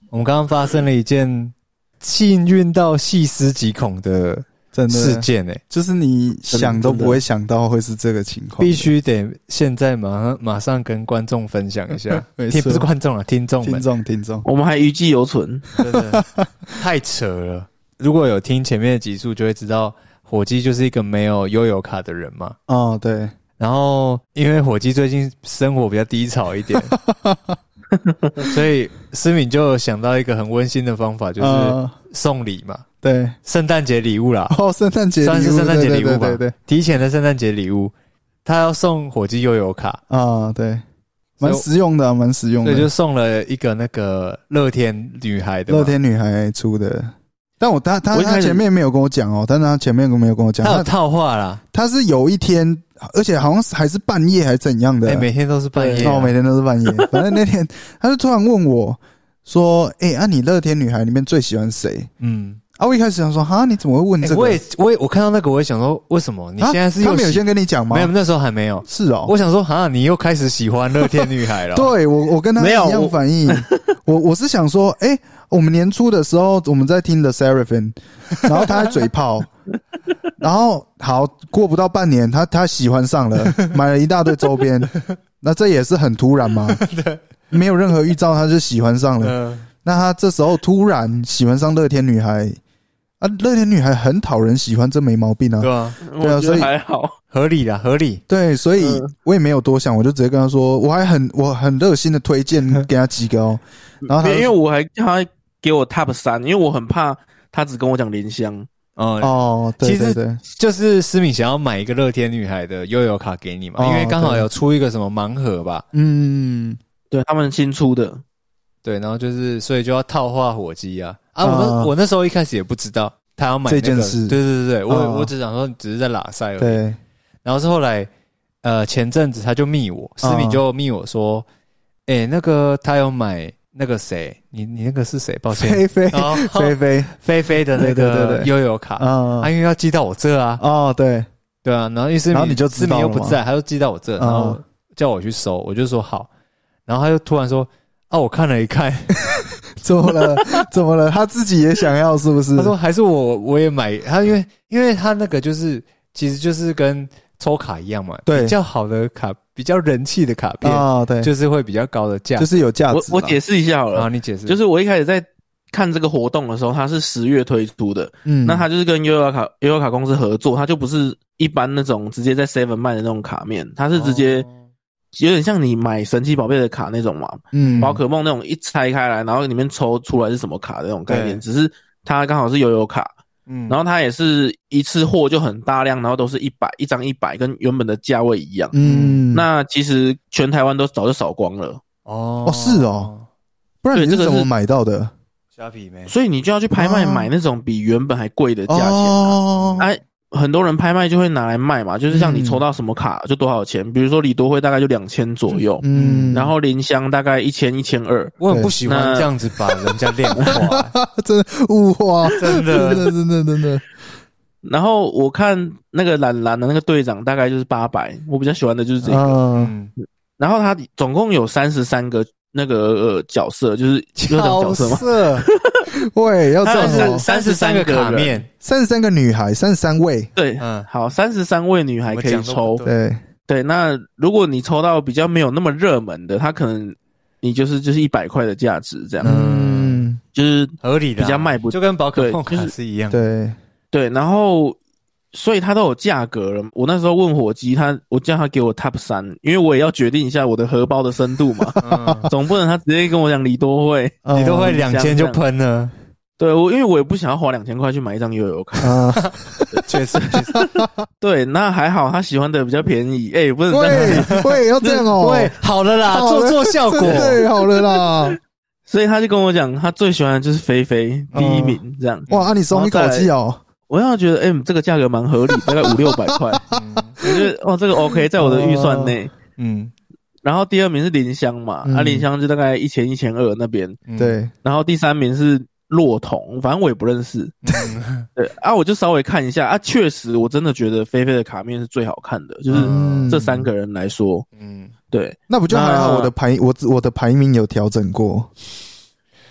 我们刚刚发生了一件幸运到细思极恐的事件就是你想都不会想到会是这个情况， 必须得现在马上跟观众分享一下，不是观众啊，听众， 我们还余悸犹存， 真的太扯了。如果有听前面的集数，就会知道火鸡就是一个没有悠游卡的人嘛。 哦，对。 然后因为火鸡最近生活比较低潮一点，所以思敏就想到一个很温馨的方法，就是送礼嘛。 对， 圣诞节礼物啦。 圣诞节礼物算是圣诞节礼物吧。 对， 提前的圣诞节礼物，他要送火鸡悠游卡啊，对，蛮实用的，蛮实用的。 对，就送了一个那个乐天女孩的， 乐天女孩出的。但他前面没有跟我讲但是他前面没有跟我讲， 他有套话啦。他是有一天，而且好像还是半夜还是怎样的， 每天都是半夜每天都是半夜。反正那天他就突然问我说：“你乐天女孩里面最喜欢谁？”我一开始想说，你怎么会问这个？ 我看到那个，我也想说，为什么你现在是他没有先跟你讲吗？ 没有，那时候还没有。 是哦， 我想说，你又开始喜欢乐天女孩了。 对，我跟他一样反应。我是想说，我们年初的时候我们在听的 Seraphim， 然后他在嘴炮，然后好过不到半年，他喜欢上了，买了一大堆周边，那这也是很突然嘛，没有任何预兆他就喜欢上了。那他这时候突然喜欢上乐天女孩乐天女孩很讨人喜欢，这没毛病啊。 对啊，所以还好， 合理啦，合理。 对，所以我也没有多想，我就直接跟他说，我很热心的推荐给他几个然后因为我还叫他给我 Top 3，因为我很怕他只跟我讲莲香。 对， 其实就是思敏想要买一个乐天女孩的悠游卡给你嘛，因为刚好有出一个什么盲盒吧。 对，他们新出的。 对，然后就是所以就要套话火鸡啊！我那时候一开始也不知道他要买这件事。 对，我只想说只是在拉塞而已。 对， 然后是后来前阵子他就密我，思敏就密我说，那个他有买那个谁，你那个是谁？抱歉，菲菲的那个悠游卡因为要寄到我这啊。 对啊，然后思敏你就知道了思敏又不在，他就寄到我这，然后叫我去收，我就说好，然后他就突然说。我看了一看， 怎么了？他自己也想要是不是？ 他说还是我也买他，因为他那个其实就是跟抽卡一样嘛， 对， 比较好的卡，比较人气的卡片对， 就是会比较高的价值， 就是有价值。 我解释一下好了， 你解释。 就是我一开始在看这个活动的时候，它是10月推出的，那它就是跟悠游卡公司合作，它就不是一般那种直接在 Seven 卖的那种卡面，它是直接。有点像你买神奇宝贝的卡那种嘛，宝可梦那种一拆开来，然后里面抽出来是什么卡的那种概念，只是它刚好是悠游卡，然后它也是一次货就很大量，然后都是100一张100，跟原本的价位一样，那其实全台湾都早就扫光了。 是哦，不然你是怎么买到的？ 虾皮没？ 所以你就要去拍卖买那种比原本还贵的价钱很多人拍卖就会拿来卖嘛，就是像你抽到什么卡就多少钱，比如说李多惠大概就2000左右，然后林香大概1000、1200。 我很不喜欢这样子把人家量化， 真的物化，真的。然后我看那个蓝蓝的那个队长大概就是800，我比较喜欢的就是这个。然后他总共有33个那个角色，就是角色吗？ 喂，要这样 33个卡面 ，33个女孩，33位。 对，好，33位女孩可以抽。对，那如果你抽到比较没有那么热门的，它可能你就是100块的价值这样。就是合理的， 比较卖不， 就跟宝可梦卡是一样。 对， 然后所以它都有价格了。我那时候问火鸡，我叫他给我 Top 3，因为我也要决定一下我的荷包的深度嘛。总不能他直接跟我讲李多惠 2000就喷了。 对，因为我也不想要花2000块去买一张悠游卡。 确实。 对，那还好他喜欢的比较便宜。不是喂，要这样喂，好了啦，做效果。 对，好了啦。 所以他就跟我讲，他最喜欢的就是菲菲第一名这样。 哇，你松一口气哦。 我要觉得，这个价格蛮合理，大概500-600块。我觉得，这个 OK， 在我的预算内。然后第2名是林香嘛，林香就大概1000、1200那边。 对。 然后第3名是骆童，反正我也不认识。对我就稍微看一下确实我真的觉得菲菲的卡面是最好看的，就是这3个人来说。对。 那不就还好？我的排名有调整过。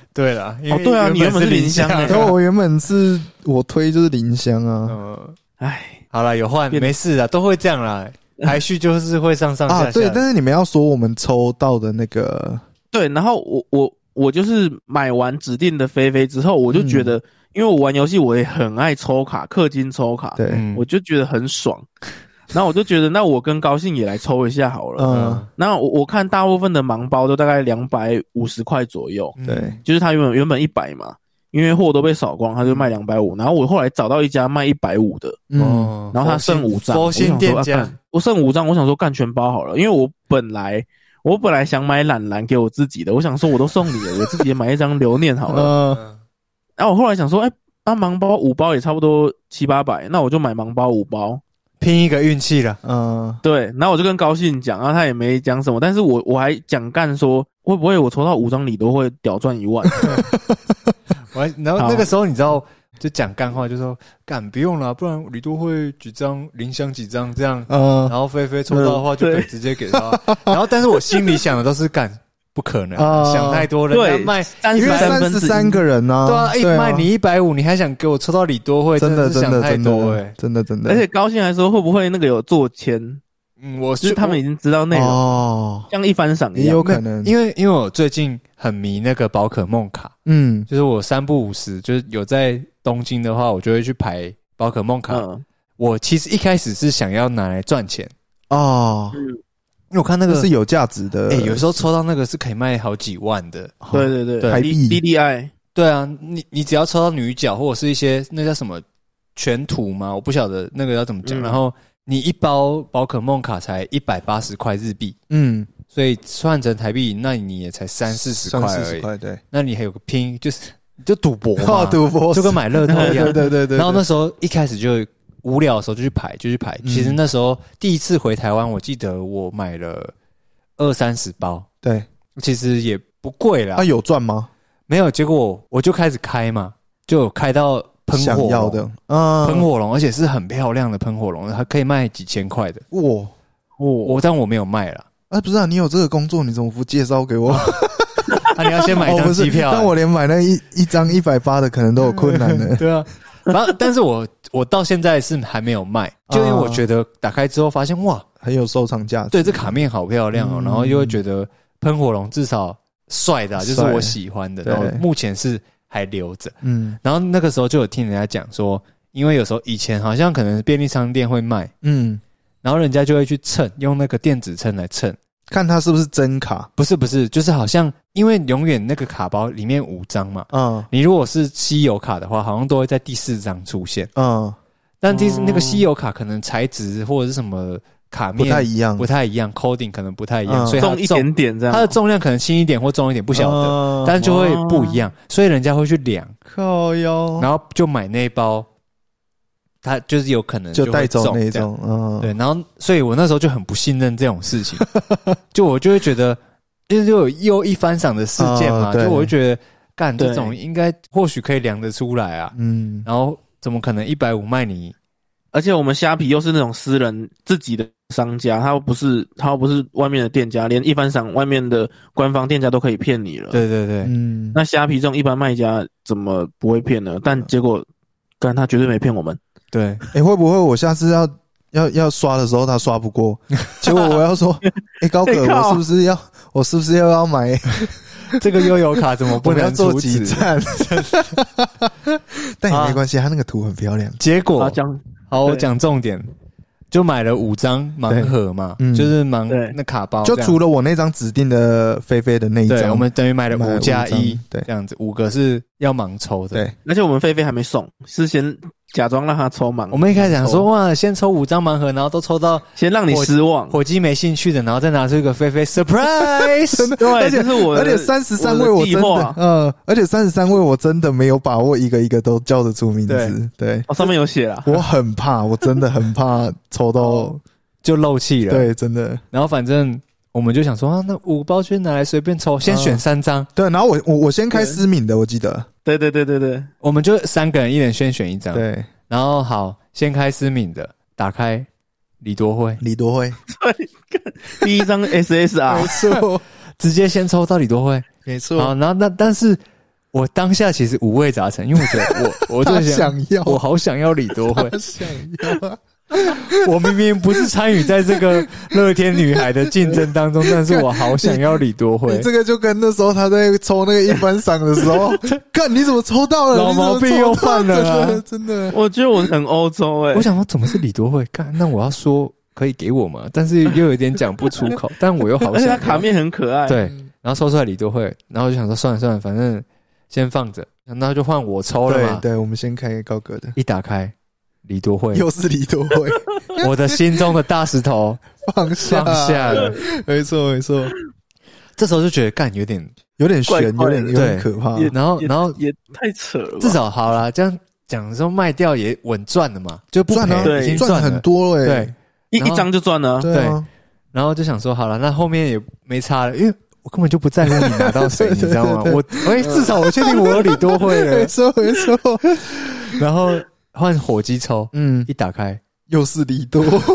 对啦，因为对啊，你原本是林香然后我原本是我推就是林香啊。 好啦，有换没事啦，都会这样啦。排序就是会上上下下。 对，但是你们要说我们抽到的那个， 对，然后我就是买完指定的菲菲之后，我就觉得，因为我玩游戏我也很爱抽卡，氪金抽卡， 对， 我就觉得很爽。然后我就觉得，那我跟高兴也来抽一下好了。那我看大部分的盲包都大概250块左右， 对， 就是它原本100嘛，因为货都被扫光，他就卖250。然后我后来找到一家卖150的，然后他剩5张， 佛心店家， 我剩5张，我想说干全包好了，因为我本来想买懒蓝给我自己的，我想说我都送你了，我自己也买一张留念好了。然后我后来想说，盲包5包也差不多700-800，那我就买盲包5包。 拼一个运气了， 对，然后我就跟高兴讲，然后他也没讲什么，但是我还讲干说，会不会我抽到5张礼都会屌赚1万？ 然后那个时候你知道，就讲干话，就说干不用了，不然礼多会几张，林香几张这样，然后菲菲抽到的话就可以直接给他。然后，但是我心里想的都是干。不可能，想太多了。 对， 卖 33个人啊， 对啊，卖你150，你还想给我抽到礼多会，真的想太多真的。 而且高兴还说会不会那个有做签？就是他们已经知道内容，像一番赏一样， 也有可能。 因为我最近很迷那个宝可梦卡，就是我3不50，就是有在东京的话，我就会去排宝可梦卡。我其实一开始是想要拿来赚钱因为我看那个是有价值的， 有时候抽到那个是可以卖好几万的。 对， 台币 DDI。 对啊，你只要抽到女角或者是一些那叫什么全图吗？我不晓得那个要怎么讲。然后你一包宝可梦卡才180块日币，所以算成台币，那你也才30-40块而已。 块，对。 那你还有个拼，就赌博嘛， 赌博就跟买乐透一样。 对。 然后那时候一开始就无聊的时候就去排。其实那时候第一次回台湾，我记得我买了20-30包， 对， 其实也不贵啦。 有赚吗？ 没有，结果我就开始开嘛，就有开到喷火龙， 想要的， 喷火龙，而且是很漂亮的喷火龙，它可以卖几千块的。但我没有卖啦。 不是啊，你有这个工作，你怎么不介绍给我？ 你要先买一张机票。 但我连买那一张180的可能都有困难的。 对啊。但是我到现在是还没有卖，就因为我觉得打开之后发现哇， 很有收藏价值。 对，这卡面好漂亮然后又会觉得喷火龙至少帅的就是我喜欢的，然后目前是还留着。然后那个时候就有听人家讲说，因为有时候以前好像可能便利商店会卖，然后人家就会去称，用那个电子称来称。 看它是不是真卡？ 不是，就是好像因为永远那个卡包里面5张嘛，你如果是稀有卡的话，好像都会在第4张出现，但那个稀有卡可能材质或者是什么卡面不太一样 ，coding 可能不太一样，所以它重一点点这样， 它的重量可能轻一点或重一点，不晓得，但就会不一样，所以人家会去量， 靠腰， 然后就买那一包。他就是有可能就带走那种， 对，然后所以我那时候就很不信任这种事情，我就会觉得，因为就有又一番赏的事件嘛，就我就觉得干这种应该或许可以量得出来啊，然后怎么可能150卖你？ 而且我们虾皮又是那种私人自己的商家，他又不是外面的店家，连一番赏外面的官方店家都可以骗你了。 对， 那虾皮这种一般卖家怎么不会骗呢？但结果干他绝对没骗我们。 对， 会不会我下次要刷的时候他刷不过，结果我要说，高可，我是不是要买这个悠游卡？怎么不能做几站？但也没关系，他那个图很漂亮。 结果我讲重点。就买了5张盲盒嘛，就是那卡包， 就除了我那张指定的菲菲的那一张， 对，我们等于买了5+1，对，这样子5个是要盲抽的， 对， 而且我们菲菲还没送，是先假装让他抽盲。 我们一开始想说哇，先抽5张盲盒，然后都抽到先让你失望， 火鸡没兴趣的，然后再拿出一个菲菲 surprise， 对，而且 33位我真的，而且33位我真的没有把握一个一个都叫得出名字，对， 上面有写啦， 我很怕，我真的很怕抽到就漏气了， 对，真的。 然后反正我们就想说那5包就拿来随便抽，先选3张， 对，然后我先开思敏的，我记得。 对， 我们就3个人一人先选1张， 对， 然后好，先开思敏的，打开李多惠， 对， 第一张 SSR， 没错， 直接先抽到李多惠， 没错。 好，然后但是我当下其实五味杂陈，因为我觉得我就想要， 我好想要李多惠， 想要啊。 我明明不是参与在这个乐天女孩的竞争当中，但是我好想要李多惠。 这个就跟那时候他在抽那个一番赏的时候，看你怎么抽到了， 老毛病又犯了啊！ 真的， 我觉得我很欧洲我想说怎么是李多惠？看，那我要说可以给我吗？但是又有点讲不出口，但我又好想要。 而且他卡面很可爱。 对，然后抽出来李多惠，然后就想说算了，反正先放着，然后就换我抽了嘛。 对，我们先开高哥的， 一打开。李多惠又是李多惠， 我的心中的大石头放下了， 没错。 这时候就觉得干有点悬，有点可怕。 然后也太扯了吧。 至少好啦，这样讲的时候卖掉也稳赚了嘛，就不赔了， 已经赚很多了。 对， 一张就赚了。 对，然后就想说好了，那后面也没差了，因为我根本就不在乎你拿到谁，你知道吗？至少我确定我有李多惠了， 没错。 然后。换火鸡抽，一打开又是李多惠。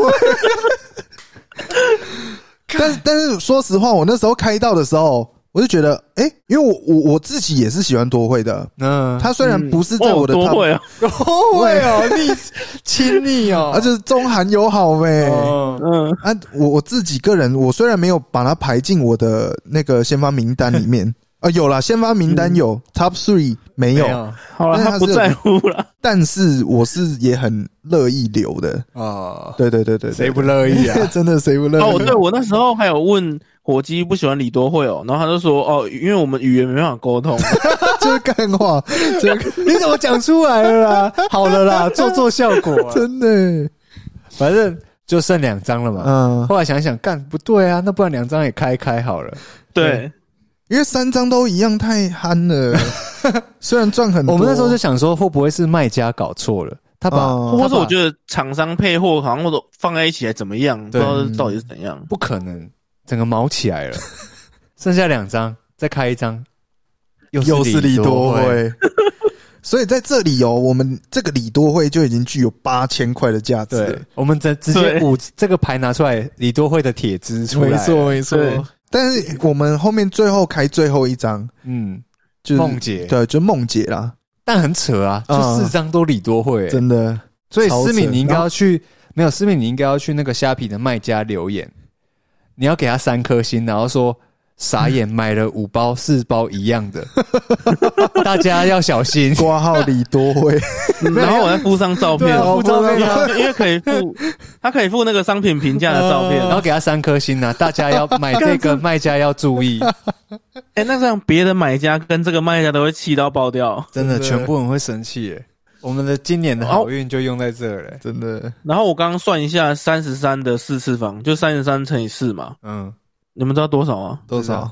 但是说实话，我那时候开到的时候，我就觉得，因为我自己也是喜欢多惠的。他虽然不是在我的多惠啊， 多惠哦，亲昵哦， 就是中韩友好呗。我自己个人，我虽然没有把它排进我的那个先发名单里面。有啦，先发名单有，Top 3没有。 好了，他不在乎了。 但是我是也很乐意留的啊。对， 谁不乐意啊？ 真的谁不乐意？ 对，我那时候还有问火鸡不喜欢李多惠然后他就说因为我们语言没办法沟通， 就是干话。 你怎么讲出来了啦？好了啦，做效果啊， 真的。 反正就剩2张了嘛。后来想想，干不对啊，那不然2张也开好了。 对。 因为3张都一样太憨了，虽然赚很多。 我们那时候就想说，会不会是卖家搞错了？ 或者我觉得厂商配货好像都放在一起还怎么样，不知道到底是怎样。 不可能，整个毛起来了。剩下2张，再开1张，又是李多惠。 所以在这里我们这个李多惠就已经具有8000块的价值了。 我们直接这个牌拿出来，李多惠的铁支出来。 没错。但是我们后面最后开最后1张，就是梦姐， 对，就梦姐啦。 但很扯啊，就4张都李多惠， 真的。 所以思敏你应该要去，没有思敏你应该要去那个虾皮的卖家留言，你要给他3颗星，然后说傻眼，买了5包4包一样的，大家要小心。 挂号李多惠， 然后我再附上照片， 附照片， 因为可以附，他可以附那个商品评价的照片， 然后给他3颗星啊，大家要买这个卖家要注意。 那这样别的买家跟这个卖家都会气到爆掉， 真的，全部人会生气耶。我们的今年的好运就用在这了， 真的。 然后我刚刚算一下，33的4次方就33乘以4嘛，你们知道多少吗？ 多少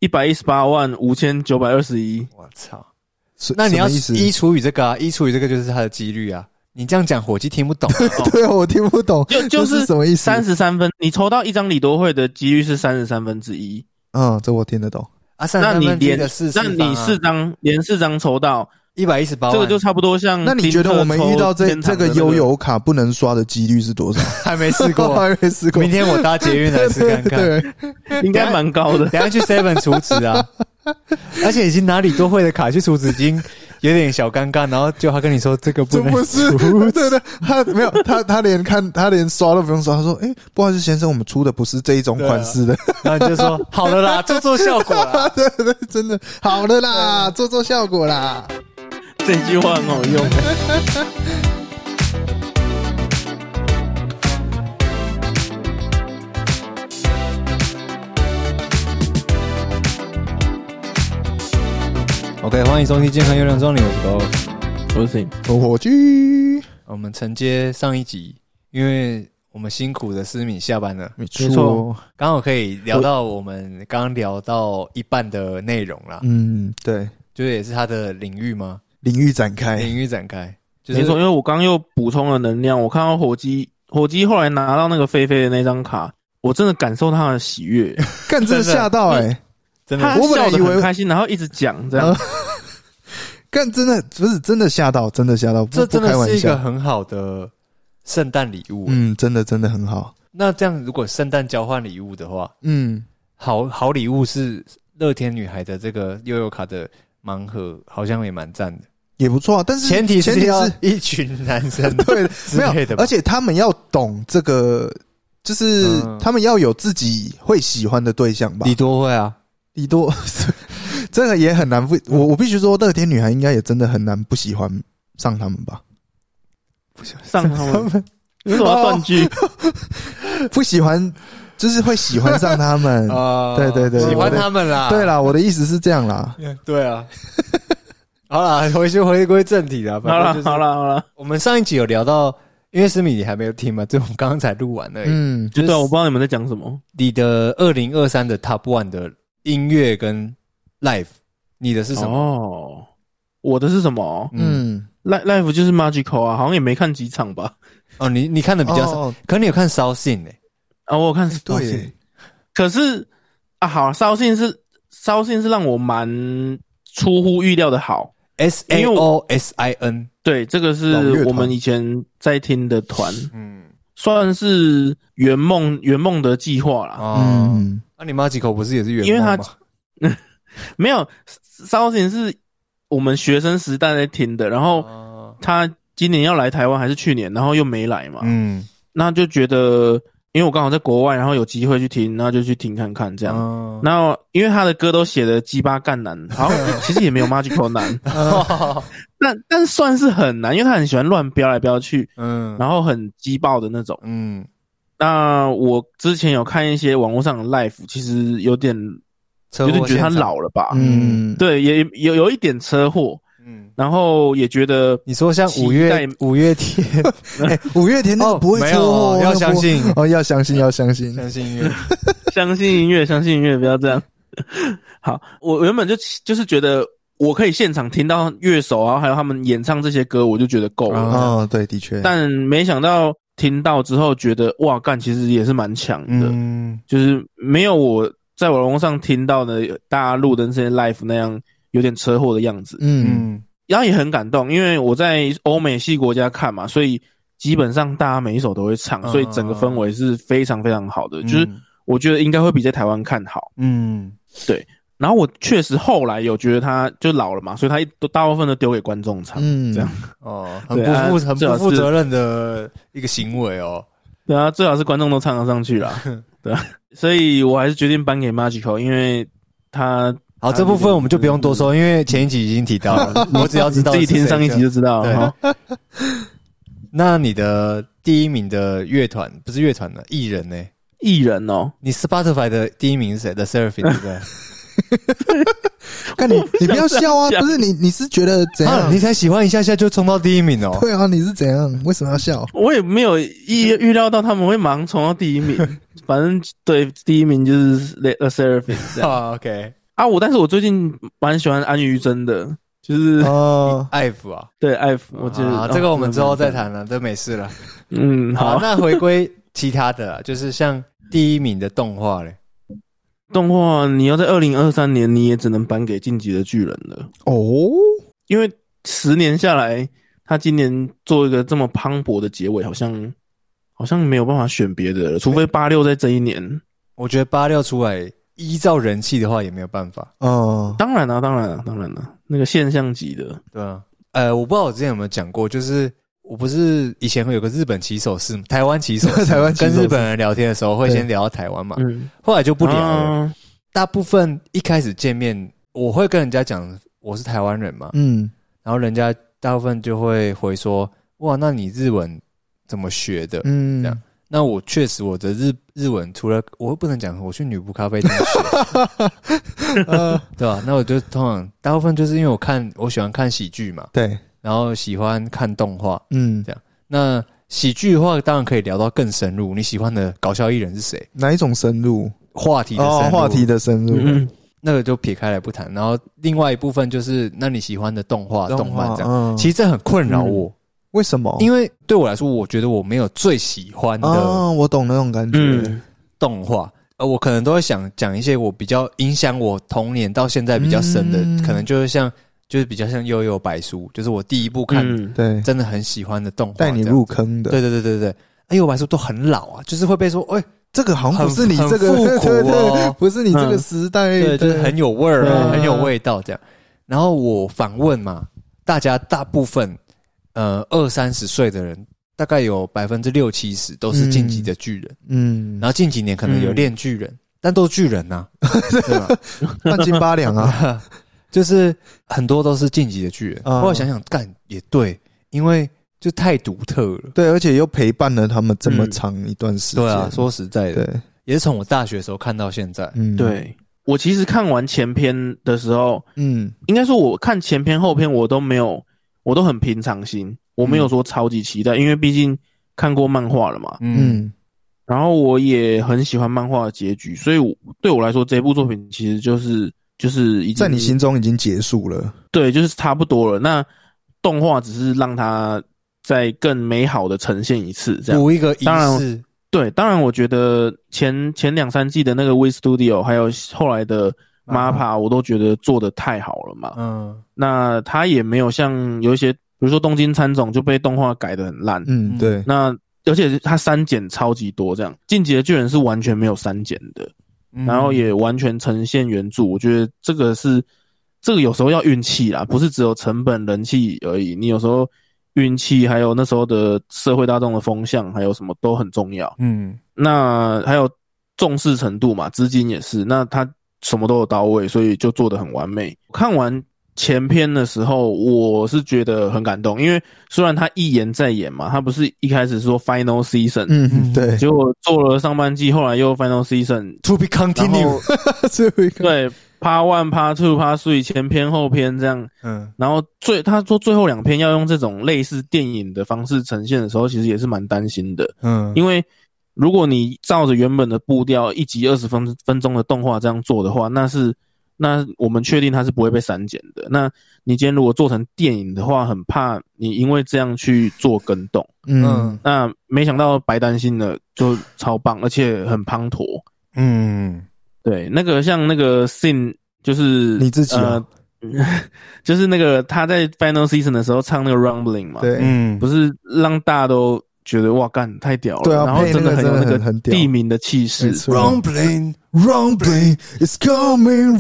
？1185921。 我操！那你要1除以这个啊，1除以这个就是它的几率啊。你这样讲，火鸡听不懂。 对啊，我听不懂。 就是什么意思 ？33分，你抽到1张李多惠的几率是1/33。 这我听得懂啊。 那你连 4 张抽到 118万， 这个就差不多像。 那你觉得我们遇到这个悠游卡不能刷的几率是多少？ 还没试过，明天我搭捷运来试看看。 对， 应该蛮高的。 等一下去 Seven 储值啊，而且已经拿李多惠的卡去储值，已经有点小尴尬。然后就他跟你说这个不能储值， 对，他没有，他连刷都不用刷。他说：“不好意思，先生，我们出的不是这一种款式的。” 然后你就说：“好了啦，做效果啦。” 对，真的好了啦，做效果啦。 这句话很好用。 OK， 欢迎收听健康优良庄里，我是高， 我是 Tim， 我火鸡。 我们承接上一集，因为我们辛苦的思敏下班了， 没错， 刚好可以聊到我们刚刚聊到一半的内容啦。 对， 就是也是他的领域吗？ 领域展开， 就是没错。因为我刚又补充了能量，我看到火鸡后来拿到那个菲菲的那张卡，我真的感受他的喜悦， 干真的吓到真的， 他笑得很开心，然后一直讲这样。 干真的不是真的吓到，真的吓到， 这真的是一个很好的圣诞礼物。 真的很好。 那这样如果圣诞交换礼物的话，好礼物是乐天女孩的这个悠游卡的盲盒好像也蛮赞的， 也不错啊。但是前提是要一群男生对之类的， 而且他们要懂这个，就是他们要有自己会喜欢的对象吧。 李多会啊， 李多这个也很难不，我必须说，乐天女孩应该也真的很难不喜欢上他们吧？ 不喜欢上他们，为什么要断句？ 不喜欢。就是会喜欢上他们对对对， 喜欢他们啦。 对啦，我的意思是这样啦。 对啊。好啦，回归正题啦。 好了。 我们上一集有聊到，因为思米你还没有听嘛，这我们刚刚才录完而已。 就是我不知道你们在讲什么。 你的2023的 Top One 的音乐跟 Live， 你的是什么？ 我的是什么？Live 就是 Magical 啊，好像也没看几场吧。 你看的比较少，可你有看烧信欸。 我有看烧信，可是好，烧信是让我蛮出乎预料的好。 SAOSIN， 对，这个是我们以前在听的团，算是圆梦的计划啦。 那你 Magical 不是也是圆梦吗？ 因为他没有，烧信是我们学生时代在听的，然后他今年要来台湾还是去年，然后又没来嘛，那就觉得。因为我刚好在国外，然后有机会去听，然后就去听看看这样。然后因为他的歌都写的鸡巴干难，好像其实也没有 Magical 难，但算是很难，因为他很喜欢乱飙来飙去，然后很激爆的那种。那我之前有看一些网络上的 live， 其实有点觉得他老了吧？对，也有一点车祸。然后也觉得你说像五月天五月天那个不会车祸， 要相信要相信相信音乐相信音乐，不要这样。好，我原本就是觉得我可以现场听到乐手啊，还有他们演唱这些歌，我就觉得够了。 对，的确。 但没想到听到之后，觉得哇干，其实也是蛮强的。就是没有我在网络上听到的大家录的这些 live 那样有点车祸的样子。然后也很感动，因为我在欧美系国家看嘛，所以基本上大家每一首都会唱，所以整个氛围是非常非常好的。就是我觉得应该会比在台湾看好。对。然后我确实后来有觉得他就老了嘛，所以他大部分都丢给观众唱，这样。 很不负责任的一个行为哦。 对啊，最好是观众都唱得上去啦。对啊，所以我还是决定颁给 Magical， 因为他。 好，这部分我们就不用多说，因为前一集已经提到了，我只要知道自己听上一集就知道了。 那你的第一名的乐团不是乐团的艺人呢？ 艺人哦， 你 Spotify 的第一名是谁 ？The Seraphim 对不对？ 看你不要笑啊！不是你是觉得怎样？ 你才喜欢一下下就冲到第一名哦？ 对啊，你是怎样？为什么要笑？ 我也没有预料到他们会马上冲到第一名。反正对，第一名就是 The Seraphim 这样。 OK。 但是我最近蛮喜欢安于真的，就是艾芙啊， 对艾芙，我觉得这个我们之后再谈了，这没事了。好，那回归其他的，就是像第一名的动画嘞， 动画你要在2023年，你也只能颁给《进击的巨人》了因为10年下来，他今年做一个这么磅礴的结尾，好像没有办法选别的了，除非86在这一年。 我觉得86出来。依照人气的话也没有办法。 当然了，那个现象级的。 对啊。我不知道我之前有没有讲过，就是我不是以前会有个日本起手式，台湾起手式，跟日本人聊天的时候会先聊到台湾嘛，后来就不聊了。大部分一开始见面，我会跟人家讲我是台湾人嘛，然后人家大部分就会回说，哇，那你日文怎么学的？这样。那我确实我的日文除了我不能讲我去女仆咖啡店学对吧？那我就通常大部分就是因为我喜欢看喜剧嘛， 对， 然后喜欢看动画，这样。那喜剧的话当然可以聊到更深入，你喜欢的搞笑艺人是谁？ 哪一种深入？ 话题的深入， 那个就撇开来不谈。然后另外一部分就是那你喜欢的动画动漫这样，其实这很困扰我。 为什么？ 因为对我来说，我觉得我没有最喜欢的。 我懂那种感觉。 动画，我可能都会想讲一些我比较影响我童年到现在比较深的，可能就是比较像幽游白书，就是我第一部看， 对， 真的很喜欢的动画， 带你入坑的。 对。幽游白书都很老啊，就是会被说， 这个好像不是你这个复古哦， 不是你这个时代， 对，就是很有味儿啊，很有味道这样。 然后我访问嘛，大部分20-30岁的人，大概有60%-70%都是晋级的巨人。然后近几年可能有炼巨人，但都是巨人呐，对吧？ 半斤八两啊， 就是很多都是晋级的巨人。后来想想，干也对，因为就太独特了。 对，而且又陪伴了他们这么长一段时间。 对啊，说实在的， 对， 也是从我大学的时候看到现在。 对。我其实看完前篇的时候，应该说我看前篇后篇我都很平常心，我没有说超級期待，因为毕竟看过漫画了嘛。然后我也很喜欢漫画的结局，所以对我来说这部作品其实就是已经在你心中已经结束了。对， 就是差不多了。那动画只是让它再更美好的呈现一次，这样补一个仪式。 对，当然我觉得前2-3季的那个 Wii Studio 还有后来的 MAPPA 我都觉得做得太好了嘛。那他也没有像有一些比如说东京喰种就被动画改得很烂。 对。 那而且他删减超级多，这样进击的巨人是完全没有删减的，然后也完全呈现原著。我觉得这个有时候要运气啦，不是只有成本人气而已，你有时候运气还有那时候的社会大众的风向还有什么都很重要。那还有重视程度嘛，资金也是，那他什么都有到位，所以就做得很完美。看完前篇的时候我是觉得很感动，因为虽然他一延再延嘛，他不是一开始说 Final Season， 对， 结果做了上半季，后来又 Final Season To be continue 对Part 1 Part 2 Part 3前篇后篇这样。然后他说最后2篇要用这种类似电影的方式呈现的时候，其实也是蛮担心的。因为如果你照着原本的步调1集20分钟的动画这样做的话，那我们确定它是不会被删减的。那你今天如果做成电影的话，很怕你因为这样去做更动。那没想到白担心了，就超棒，而且很滂沱。对，那个像那个 Sin 就是你自己就是那个他在 Final Season 的时候唱那个 Rumbling 嘛， 对， 不是让大家都觉得哇干太屌了， 对啊， 然后真的很有那个很地名的气势。 Rumbling, it's coming,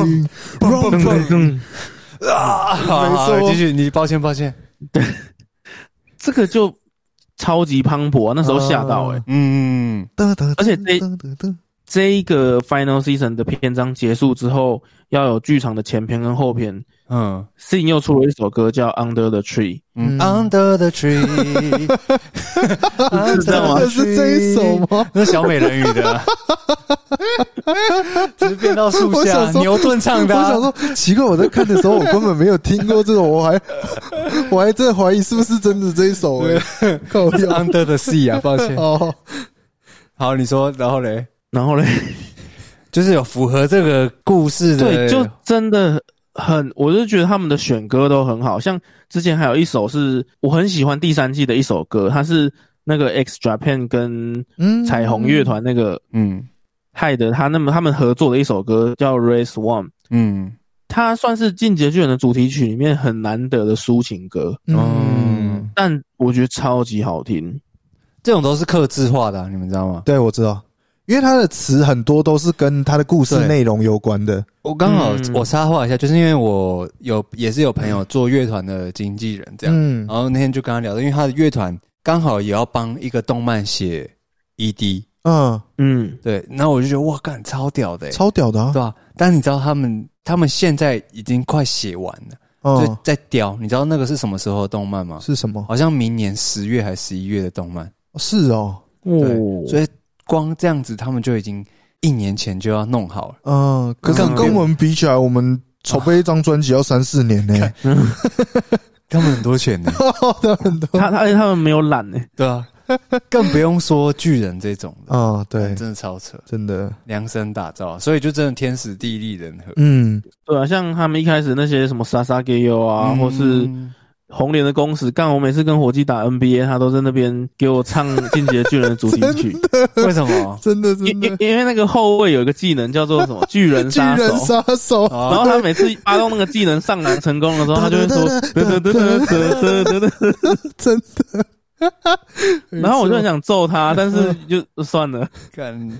rumbling。 好，继续，你抱歉。 对，这个就超级磅礴，那时候吓到而且这一个 Final Season 的篇章结束之后，要有剧场的前篇跟后篇。Sin 又出了一首歌叫 Under the Tree。Under the Tree 真的是这一首吗？ 那是小美人鱼的只是变到树下牛顿唱的。 我想说奇怪，我在看的时候我根本没有听过这种，我还真的怀疑是不是真的这一首 Under the Sea 啊，抱歉。好，你说然后嘞就是有符合这个故事的。 对，就真的我就觉得他们的选歌都很好，像之前还有一首是我很喜欢第3季的一首歌，它是那个 X Japan 跟彩虹乐团那个害的他们合作的一首歌叫 Race One。它算是进击的巨人的主题曲里面很难得的抒情歌。但我觉得超级好听。 这种都是客制化的你们知道吗？ 对，我知道，因为他的词很多都是跟他的故事内容有关的。 我刚好我插话一下，就是因为我也是有朋友做乐团的经纪人这样，然后那天就跟他聊，因为他的乐团刚好也要帮一个动漫写 ED。对，然后我就觉得哇干超屌的超屌的啊， 对吧？但你知道他们现在已经快写完了，就在雕。你知道那个是什么时候的动漫吗？ 是什么？ 好像明年10月还11月的动漫。 是哦， 对，所以光这样子他们就已经1年前就要弄好了。 可是跟我们比起来，我们筹备一张专辑要3-4年呢。 他们很多钱呢。 很多。 他们没有懒呢。 对啊，更不用说巨人这种的。 对， 真的超扯， 真的量身打造，所以就真的天时地利人和。 对啊，像他们一开始那些什么Sasageyo啊，或是红莲的公使，干我每次跟火鸡打 NBA， 他都在那边给我唱进击的巨人的主题曲。 为什么？ 真的因为那个后卫有一个技能叫做什么巨人杀手，然后他每次发动那个技能上篮成功的时候，他就会说真的。 然后我就很想揍他，但是就算了。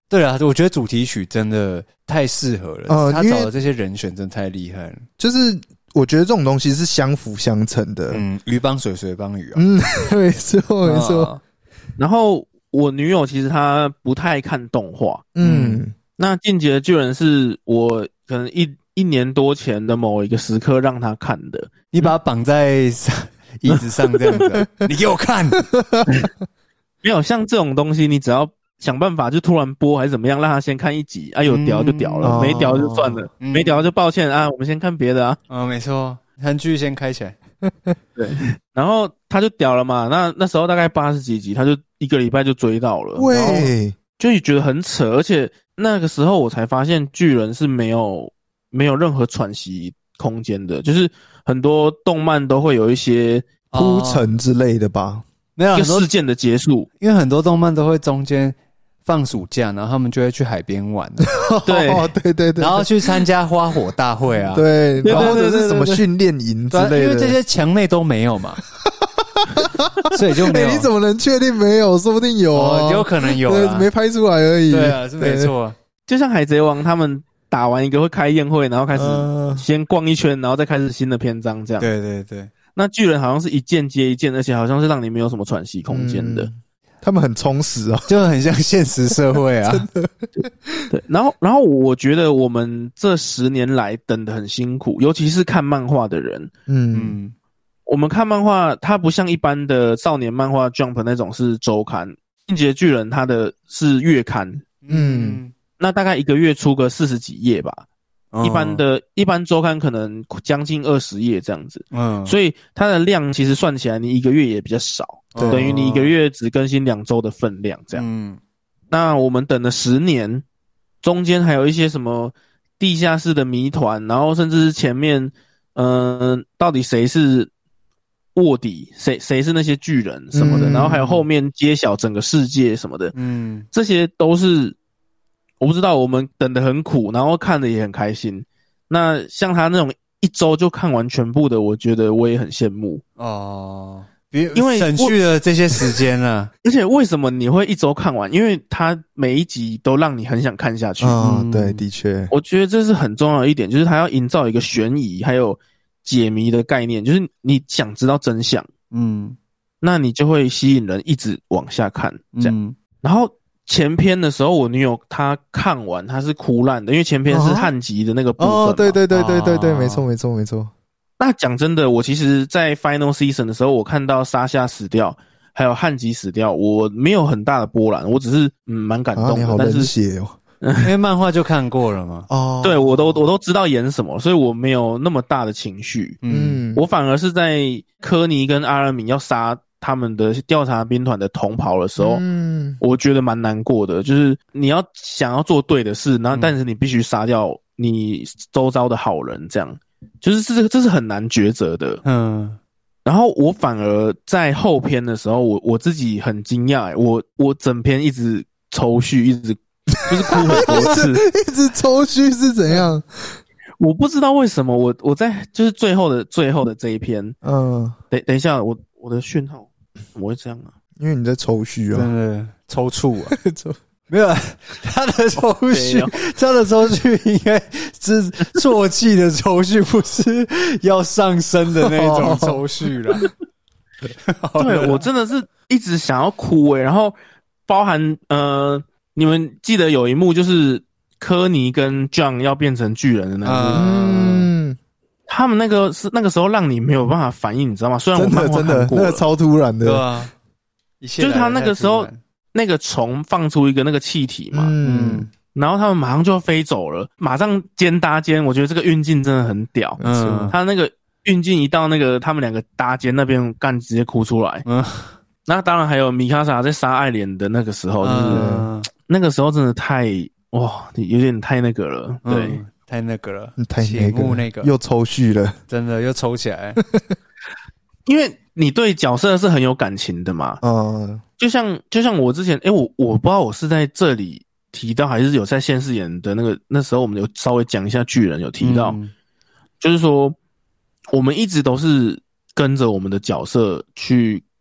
对啊，我觉得主题曲真的太适合了，他找的这些人选真的太厉害了。 就是我觉得这种东西是相辅相成的， 鱼帮水，水帮鱼啊。 没错没错。 然后我女友其实她不太看动画，那《进击的巨人》是我可能一年多前的某一个时刻让她看的。 你把她绑在椅子上这样子，你给我看。 没有像这种东西，你只要想办法就突然播还是怎么样，让她先看一集啊，有屌就屌了，没屌就算了，没屌就抱歉啊，我们先看别的啊。 没错，韩剧先开起来。 对，然后他就屌了嘛，那时候大概80几集，他就一个礼拜就追到了， 喂， 就觉得很扯，而且那个时候我才发现巨人是没有任何喘息空间的，就是很多动漫都会有一些铺陈之类的吧， 没有一个事件的结束， 因为很多动漫都会中间放暑假，然后他们就会去海边玩。 对对对对， 然后去参加花火大会啊， 对，然后或者是什么训练营之类的， 因为这些墙内都没有嘛，所以就没有。 你怎么能确定没有？说不定有啊， 有可能有啊， 没拍出来而已。 对啊，是没错。 就像海贼王他们打完一个会开宴会，然后开始先逛一圈，然后再开始新的篇章这样。 对对对。 那巨人好像是一件接一件，而且好像是让你没有什么喘息空间的。 他们很充实啊， 就很像现实社会啊。 真的。 对，然后我觉得我们这10年来等得很辛苦，尤其是看漫画的人。我们看漫画，它不像一般的少年漫画 Jump 那种是周刊，进击的巨人它的是月刊。那大概一个月出个40几页吧。一般周刊可能将近20页这样子，所以它的量其实算起来，你一个月也比较少，等于你一个月只更新2周的分量这样。那我们等了10年，中间还有一些什么地下室的谜团，然后甚至是前面，到底谁是卧底，谁是那些巨人什么的，然后还有后面揭晓整个世界什么的，这些都是。我不知道，我们等得很苦，然后看得也很开心。那像他那种1周就看完全部的，我觉得我也很羡慕哦。因为省去了这些时间了。 而且为什么你会1周看完？因为他每一集都让你很想看下去。 对，的确， 我觉得这是很重要的一点，就是他要营造一个悬疑还有解谜的概念，就是你想知道真相，那你就会吸引人一直往下看，这样。然后。前篇的时候，我女友她看完，她是哭烂的，因为前篇是汉吉的那个部分嘛。 对，没错。 那讲真的，我其实，在 Final Season 的时候，我看到沙夏死掉，还有汉吉死掉，我没有很大的波澜，我只是蛮感动的。 你好冷血哦， 因为漫画就看过了嘛。 对，我都知道演什么，所以我没有那么大的情绪。我反而是在科尼跟阿尔敏要杀他们的调查兵团的同袍的时候，我觉得蛮难过的。就是你要想要做对的事，然后但是你必须杀掉你周遭的好人，这样就是这是很难抉择的。然后我反而在后篇的时候，我自己很惊讶，我整篇一直抽搐，一直就是哭很多次， 一直抽搐是怎样？ 我不知道为什么我在就是最后的这一篇，等一下，我的讯号怎么会这样啊？ 因为你在抽搐啊， 真的抽搐啊，没有他的抽搐，他的抽搐应该是啜泣的抽搐，不是要上升的那种抽搐啦。 对，我真的是一直想要哭然后包含你们记得有一幕就是科尼跟 John 要变成巨人的那幕，他们那个时候让你没有办法反应，你知道吗？虽然我漫画看过了， 那个超突然的， 对啊， 就是他那个时候那个虫放出一个那个气体嘛，然后他们马上就要飞走了，马上肩搭肩，我觉得这个运镜真的很屌，他那个运镜一到那个他们2个搭肩那边干，直接哭出来，那当然还有米卡莎在杀爱莲的那个时候，就是那个时候真的太哇，有点太那个了，对。 太那个了， 太那个又抽搐了， 真的又抽起来。 因为你对角色是很有感情的嘛，就像我之前，我不知道我是在这里提到，还是有在现世演的那时候，我们有稍微讲一下巨人，有提到，就是说我们一直都是跟着我们的角色去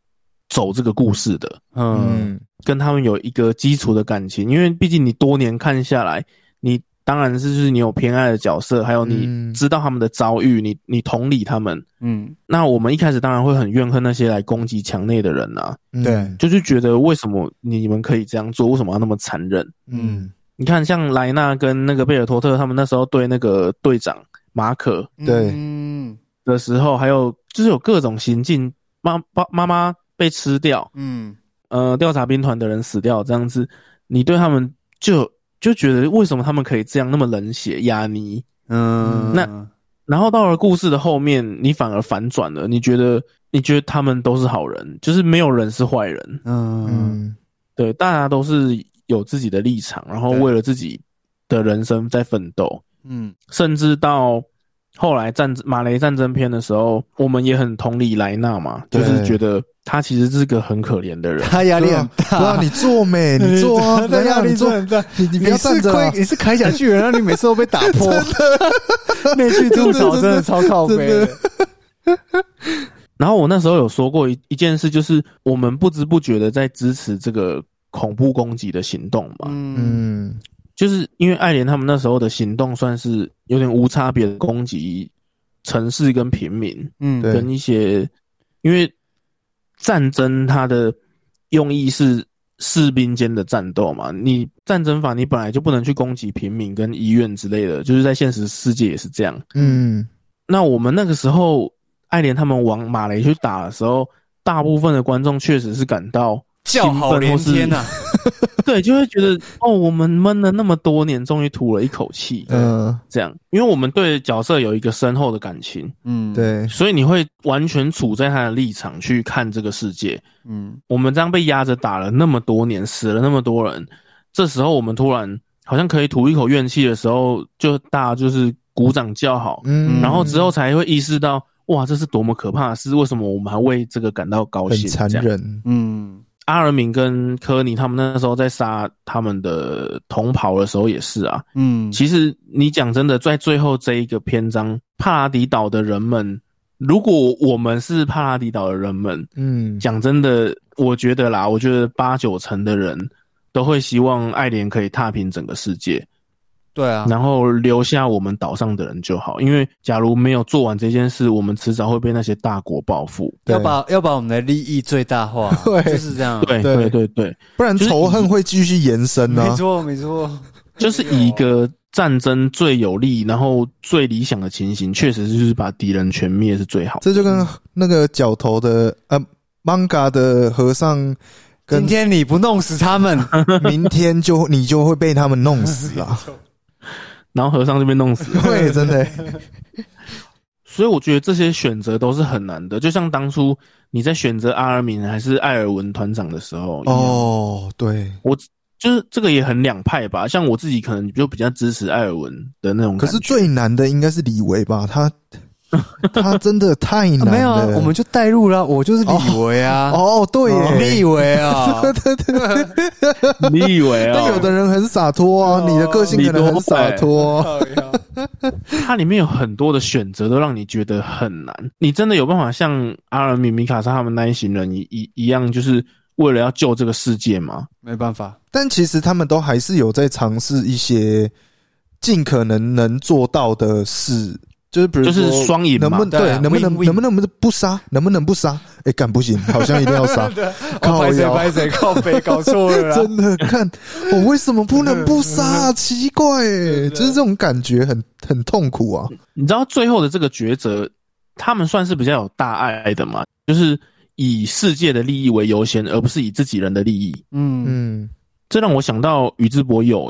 走这个故事的，跟他们有一个基础的感情，因为毕竟你多年看下来，你当然是就是你有偏爱的角色，还有你知道他们的遭遇，你同理他们，那我们一开始当然会很怨恨那些来攻击墙内的人啊， 对， 就是觉得为什么你们可以这样做，为什么要那么残忍？你看像莱纳跟那个贝尔托特他们那时候对那个队长马可对的时候，还有就是有各种行径，妈妈被吃掉，调查兵团的人死掉这样子，你对他们就觉得为什么他们可以这样那么冷血压泥？那然后到了故事的后面，你反而反转了，你觉得他们都是好人，就是没有人是坏人。对，大家都是有自己的立场，然后为了自己的人生在奋斗。甚至到后来马雷战争篇的时候，我们也很同理莱纳嘛，就是觉得他其实是个很可怜的人， 他压力很大。 对啊，你做美，你做啊， 他压力很大。 你不要站着， 你是铠甲巨人，然后你每次都被打破。那句吐槽真的超靠北的。 然后我那时候有说过一件事，就是我们不知不觉的在支持这个恐怖攻击的行动嘛。就是因为爱莲他们那时候的行动算是有点无差别的攻击城市跟平民，跟一些，因为战争它的用意是士兵间的战斗嘛，你战争法你本来就不能去攻击平民跟医院之类的，就是在现实世界也是这样。那我们那个时候爱莲他们往马雷去打的时候，大部分的观众确实是感到叫好连天啊。 对，就会觉得我们闷了那么多年，终于吐了一口气。这样，因为我们对角色有一个深厚的感情， 对， 所以你会完全处在他的立场去看这个世界。我们这样被压着打了那么多年，死了那么多人，这时候我们突然好像可以吐一口怨气的时候，就大家就是鼓掌叫好，然后之后才会意识到，哇，这是多么可怕的事，为什么我们还为这个感到高兴？ 很残忍。 阿尔敏跟科尼他们那时候在杀他们的同袍的时候也是啊。其实你讲真的，在最后这一个篇章，帕拉迪岛的人们，如果我们是帕拉迪岛的人们，讲真的，我觉得8-9成的人都会希望爱莲可以踏平整个世界。 对啊， 然后留下我们岛上的人就好，因为假如没有做完这件事，我们迟早会被那些大国报复。 要把我们的利益最大化， 对， 就是这样。 对， 不然仇恨会继续延伸啊。 没错， 就是以一个战争最有利，然后最理想的情形，确实就是把敌人全灭是最好的。 这就跟那个角头的manga 的和尚。 今天你不弄死他们， 明天你就会被他们弄死啊。 然后和尚就被弄死了。 对，真的。 所以我觉得这些选择都是很难的，就像当初你在选择阿尔敏还是艾尔文团长的时候。 对， 我就是这个也很两派吧，像我自己可能就比较支持艾尔文的那种感觉。 可是最难的应该是李维吧，他真的太难了。 没有啊，我们就带入了，我就是李维啊。 对耶， 李维啊， 对， 李维啊。 但有的人很洒脱啊，你的个性可能很洒脱。 它里面有很多的选择都让你觉得很难。你真的有办法像阿尔敏、米卡莎他们那一行人一样，就是为了要救这个世界吗？ 没办法。 但其实他们都还是有在尝试一些尽可能做到的事。就是比如说， 就是双赢嘛， 能不能不杀？能不能不杀？干不行，好像一定要杀。 拍谁靠北搞错了。 真的，看我为什么不能不杀？奇怪就是这种感觉很痛苦啊。 你知道最后的这个抉择，他们算是比较有大爱的嘛？就是以世界的利益为优先，而不是以自己人的利益。这让我想到宇智波鼬。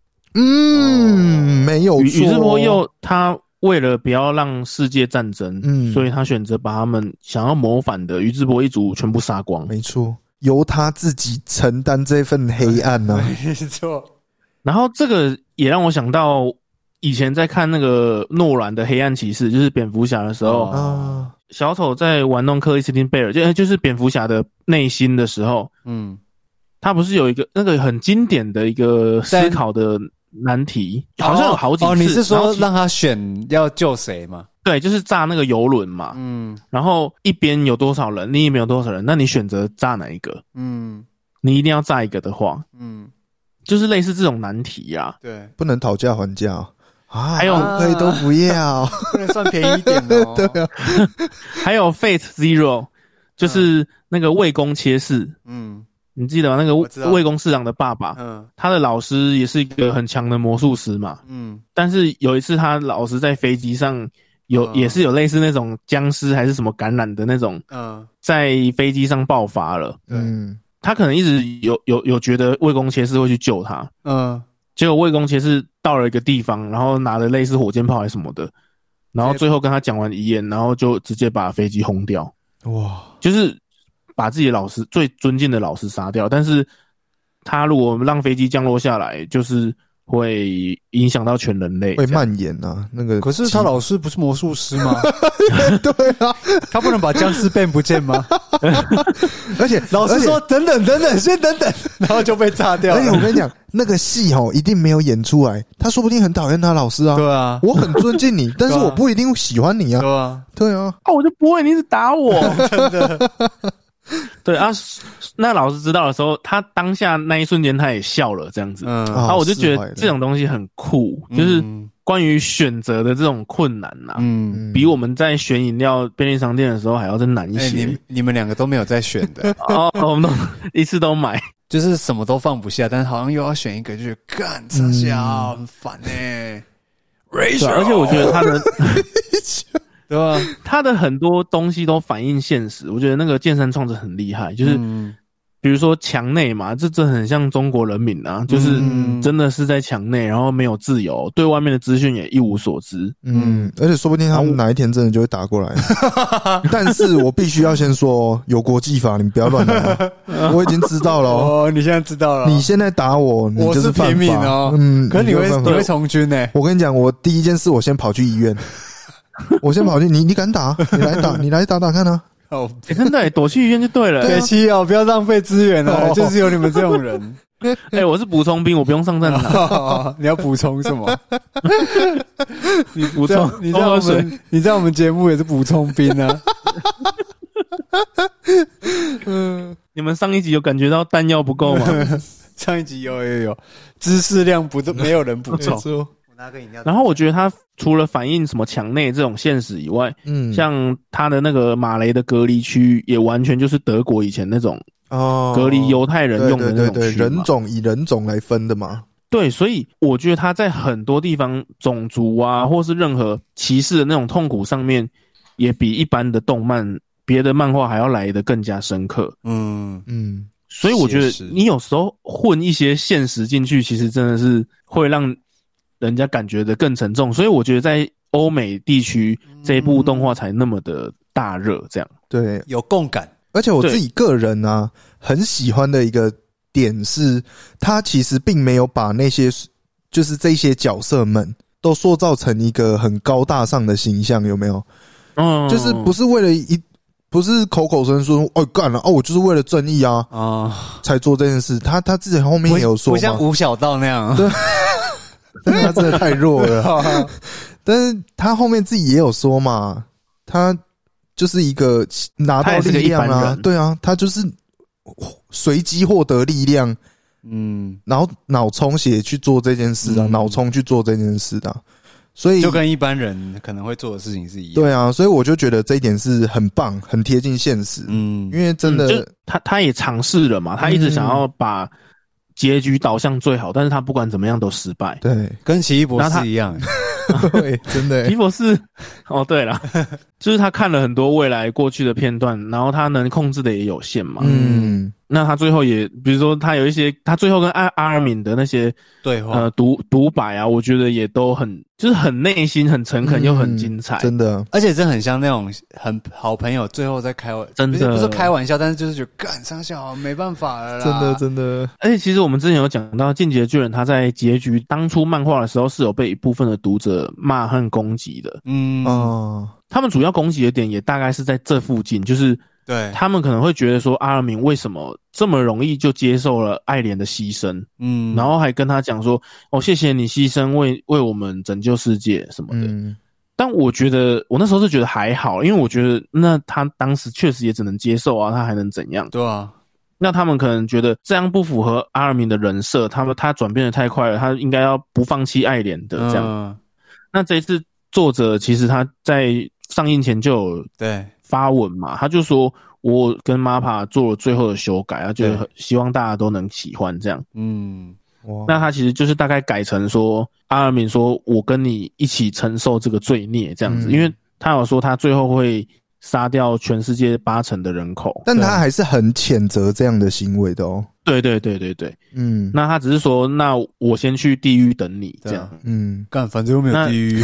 没有错。 宇智波鼬他为了不要让世界战争，所以他选择把他们想要谋反的宇智波一族全部杀光。 没错，由他自己承担这份黑暗啊。 没错。 然后这个也让我想到以前在看那个诺兰的《黑暗骑士》，就是蝙蝠侠的时候，小丑在玩弄克里斯汀贝尔，就是蝙蝠侠的内心的时候，他不是有一个那个很经典的一个思考的难题，好像有好几次。 你是说让他选要救谁吗？ 对，就是炸那个游轮嘛，然后一边有多少人，另一边有多少人，那你选择炸哪一个？你一定要炸一个的话，就是类似这种难题啊。 对，不能讨价还价啊， 还有可以都不要， 不能算便宜一点哦。 对啊， 还有 Fate Zero， 就是那个魏公切士，你记得吗？那个魏公市长的爸爸，他的老师也是一个很强的魔术师嘛，但是有一次他老师在飞机上也是有类似那种僵尸还是什么感染的那种，在飞机上爆发了，他可能一直有觉得魏公切士会去救他，结果魏公切士到了一个地方，然后拿了类似火箭炮还是什么的，然后最后跟他讲完遗言，然后就直接把飞机轰掉，哇，就是把自己的老师最尊敬的老师杀掉，但是他如果让飞机降落下来，就是会影响到全人类， 会蔓延啊。那个可是他老师不是魔术师吗？ 对啊， 他不能把僵尸变不见吗？ 而且老师说等等，先等等，然后就被炸掉了。 而且我跟你讲，那个戏一定没有演出来，他说不定很讨厌他老师啊。 对啊， 我很尊敬你，但是我不一定喜欢你啊。 对啊， 对啊， 我就不会你一直打我， 真的。 对啊，那老师知道的时候，他当下那一瞬间他也笑了，这样子。然后我就觉得这种东西很酷，就是关于选择的这种困难呐，比我们在选饮料便利商店的时候还要再难一些。 你们两个都没有在选的我们都一次都买， 就是什么都放不下，但是好像又要选一个，就是干这下很烦欸。 而且我觉得他的。 对吧？ 他的很多东西都反映现实，我觉得那个剑山创者很厉害，就是比如说墙内嘛，这很像中国人民啊，就是真的是在墙内，然后没有自由，对外面的资讯也一无所知。 而且说不定他们哪一天真的就会打过来。但是我必须要先说，有国际法，你不要乱来。我已经知道了哦，你现在知道了。 你现在打我，你就是平民哦。可是你会从军欸。 我跟你讲，我第一件事，我先跑去医院。我先跑去，你敢打？你来打看啊！ 真的躲去医院就对了。 别气不要浪费资源哦，就是有你们这种人。 我是补充兵，我不用上战场。 你要补充什么？ 你补充， 你在我们节目也是补充兵啊。 你们上一集有感觉到弹药不够吗？ 上一集有，知识量没有人补充。 然后我觉得他除了反映什么墙内这种现实以外，像他的那个马雷的隔离区也完全就是德国以前那种隔离犹太人用的那种区嘛， 对，人种以人种来分的嘛。 对，所以我觉得他在很多地方种族啊，或是任何歧视的那种痛苦上面，也比一般的动漫、别的漫画还要来得更加深刻。所以我觉得你有时候混一些现实进去，其实真的是会让人家感觉的更沉重，所以我觉得在欧美地区这一部动画才那么的大热，这样对， 有共感。 而且我自己个人啊，很喜欢的一个点是，他其实并没有把那些就是这些角色们都塑造成一个很高大上的形象，有没有？就是不是为了不是口口声说干了我就是为了正义啊才做这件事。他自己后面也有说嘛， 不像吴小道那样。 对。但是他真的太弱了。但是他后面自己也有说嘛，他就是一个拿到力量啊，对啊，他就是随机获得力量，然后脑充血去做这件事啊，脑充去做这件事的，所以就跟一般人可能会做的事情是一样。 对啊，所以我就觉得这一点是很棒，很贴近现实。因为真的， 他也尝试了嘛，他一直想要把结局导向最好，但是他不管怎么样都失败。 对， 跟奇异博士一样。 对，真的。 奇异博士，对啦，就是他看了很多未来过去的片段，然后他能控制的也有限嘛。那他最后也，比如说他有一些，他最后跟阿尔敏的那些对话， 独白啊，我觉得也都就是很内心、很诚恳又很精彩， 真的。 而且这很像那种很好朋友最后在开玩笑，真的不是开玩笑，但是就是觉得干上笑没办法了啦， 真的。 而且其实我们之前有讲到《进击的巨人》，他在结局当初漫画的时候是有被一部分的读者骂和攻击的。他们主要攻击的点也大概是在这附近，就是对他们可能会觉得说阿尔敏为什么这么容易就接受了爱莲的牺牲，然后还跟他讲说谢谢你牺牲为我们拯救世界什么的。 但我觉得我那时候是觉得还好，因为我觉得那他当时确实也只能接受啊，他还能怎样？ 对啊， 那他们可能觉得这样不符合阿尔敏的人设，他转变得太快了，他应该要不放弃爱莲的这样。那这一次作者其实他在上映前就有发文嘛，他就说我跟 MAPPA 做了最后的修改，他就希望大家都能喜欢这样。那他其实就是大概改成说阿尔敏说我跟你一起承受这个罪孽这样子，因为他有说他最后会杀掉全世界80%的人口， 但他还是很谴责这样的行为的哦。 对，那他只是说那我先去地狱等你这样。 干反正又没有地狱。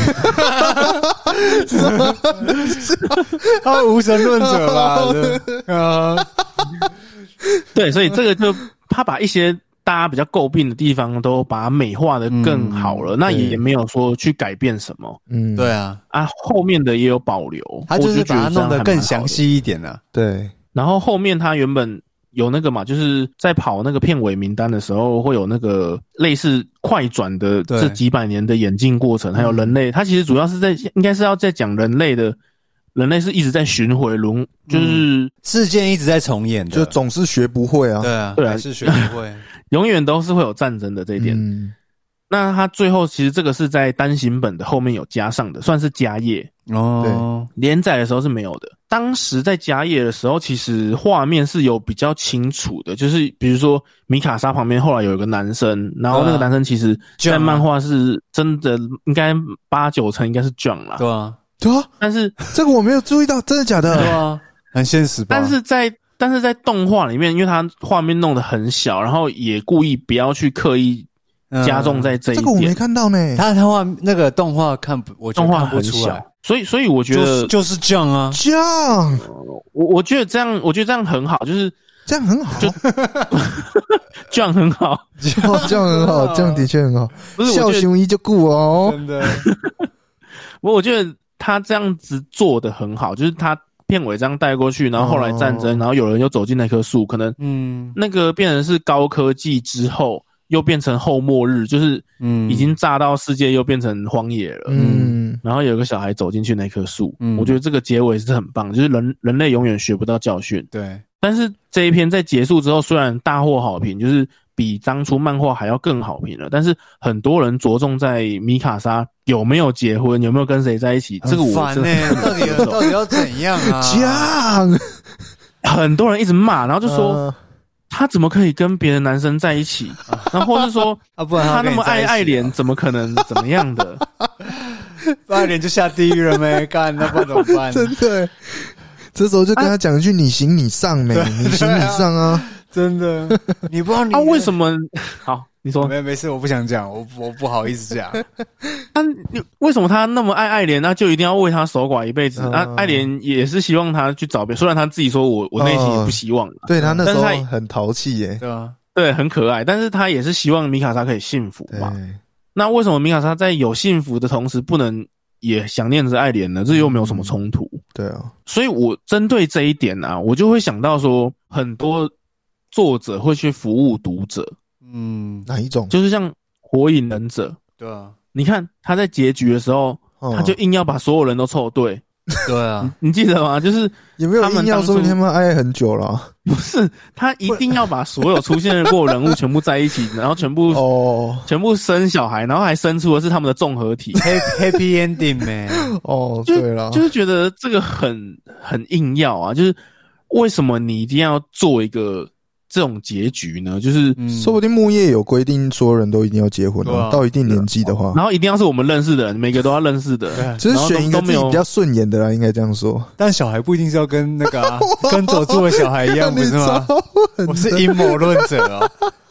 他无神论者吧？ 对，所以这个就他把一些大家比较诟病的地方都把它美化的更好了，那也没有说去改变什么。 对啊， 后面的也有保留， 他就是把它弄得更详细一点了。 对， 然后后面他原本有那个嘛，就是在跑那个片尾名单的时候，会有那个类似快转的这几百年的演进过程，还有人类，他其实主要是应该是要在讲人类是一直在巡回轮，就是事件一直在重演的， 就总是学不会啊。 对啊， 还是学不会。 永远都是会有战争的这一点。那他最后其实这个是在单行本的后面有加上的，算是加页哦。 连载的时候是没有的。当时在加页的时候，其实画面是有比较清楚的，就是比如说米卡莎旁边后来有一个男生，然后那个男生其实在漫画是真的应该8-9成应该是 John 啦。 对啊， 但是这个我没有注意到，真的假的？ 对啊，很现实吧？ 但是在动画里面，因为它画面弄得很小，然后也故意不要去刻意加重在这一点。 这个我没看到呢。 他画那个动画我觉得看不出来， 所以我觉得就是这样啊， 这样。 我觉得这样很好，就是这样很好， 就这样很好， 这样很好，这样的确很好。 不是孝雄一就顾哦， 真的。 我觉得他这样子做的很好，就是他片尾这样带过去，然后后来战争，然后有人又走进那棵树，可能那个变成是高科技之后又变成后末日，就是已经炸到世界又变成荒野了。然后有个小孩走进去那棵树，我觉得这个结尾是很棒，就是人类永远学不到教训。 对， 但是这一篇在结束之后，虽然大获好评，就是比当初漫画还要更好评了，但是很多人着重在米卡莎有没有结婚，有没有跟谁在一起，这个我真的到底要怎样啊？ 这样， 很多人一直骂，然后就说他怎么可以跟别的男生在一起？然后或是说不然他那么爱莲，怎么可能怎么样的？ 爱莲就下地狱了没？干那不然怎么办？ 真的，这时候就跟他讲一句：“你行你上没？你行你上啊！” 真的，你不知道你为什么？好，你说没事，我不想讲，我不Hawk意思讲。 你为什么他那么爱爱莲，那就一定要为他守寡一辈子？爱莲也是希望他去找别人，虽然他自己说我内心也不希望。 对他那时候很淘气耶， 对啊， 对，很可爱，但是他也是希望米卡莎可以幸福嘛。那为什么米卡莎在有幸福的同时，不能也想念着爱莲呢？这又没有什么冲突。 对啊， 所以我针对这一点啊，我就会想到说，很多作者会去服务读者。 哪一种？ 就是像火影忍者。 对啊， 你看他在结局的时候，他就硬要把所有人都凑对。 对啊， 你记得吗？就是有没有硬要说他们爱很久了？ 不是，他一定要把所有出现过人物全部在一起，然后全部生小孩，然后还生出的是他们的综合体。 Happy ending 咩？ 对了， 就是觉得这个很硬要啊，就是为什么你一定要做一个这种结局呢？就是说不定木叶有规定，所有人都一定要结婚到一定年纪的话， 然后一定要是我们认识的人，每个都要认识的， 只是选一个自己比较顺眼的啦，应该这样说。 但小孩不一定是要跟那个跟佐助的小孩一样，不是吗？我是阴谋论者啊。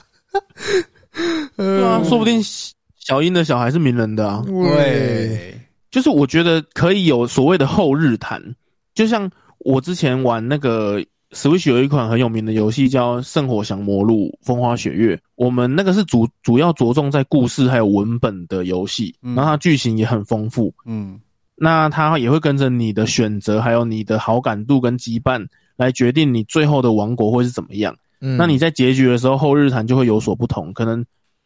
对啊，说不定小樱的小孩是鸣人的啊。 对， 就是我觉得可以有所谓的后日谈，就像我之前玩那个Switch 有一款很有名的游戏叫《圣火降魔录：风花雪月》，我们那个是主要着重在故事还有文本的游戏，然后它剧情也很丰富。那它也会跟着你的选择还有你的好感度跟羁绊来决定你最后的王国会是怎么样。那你在结局的时候后日谈就会有所不同，可能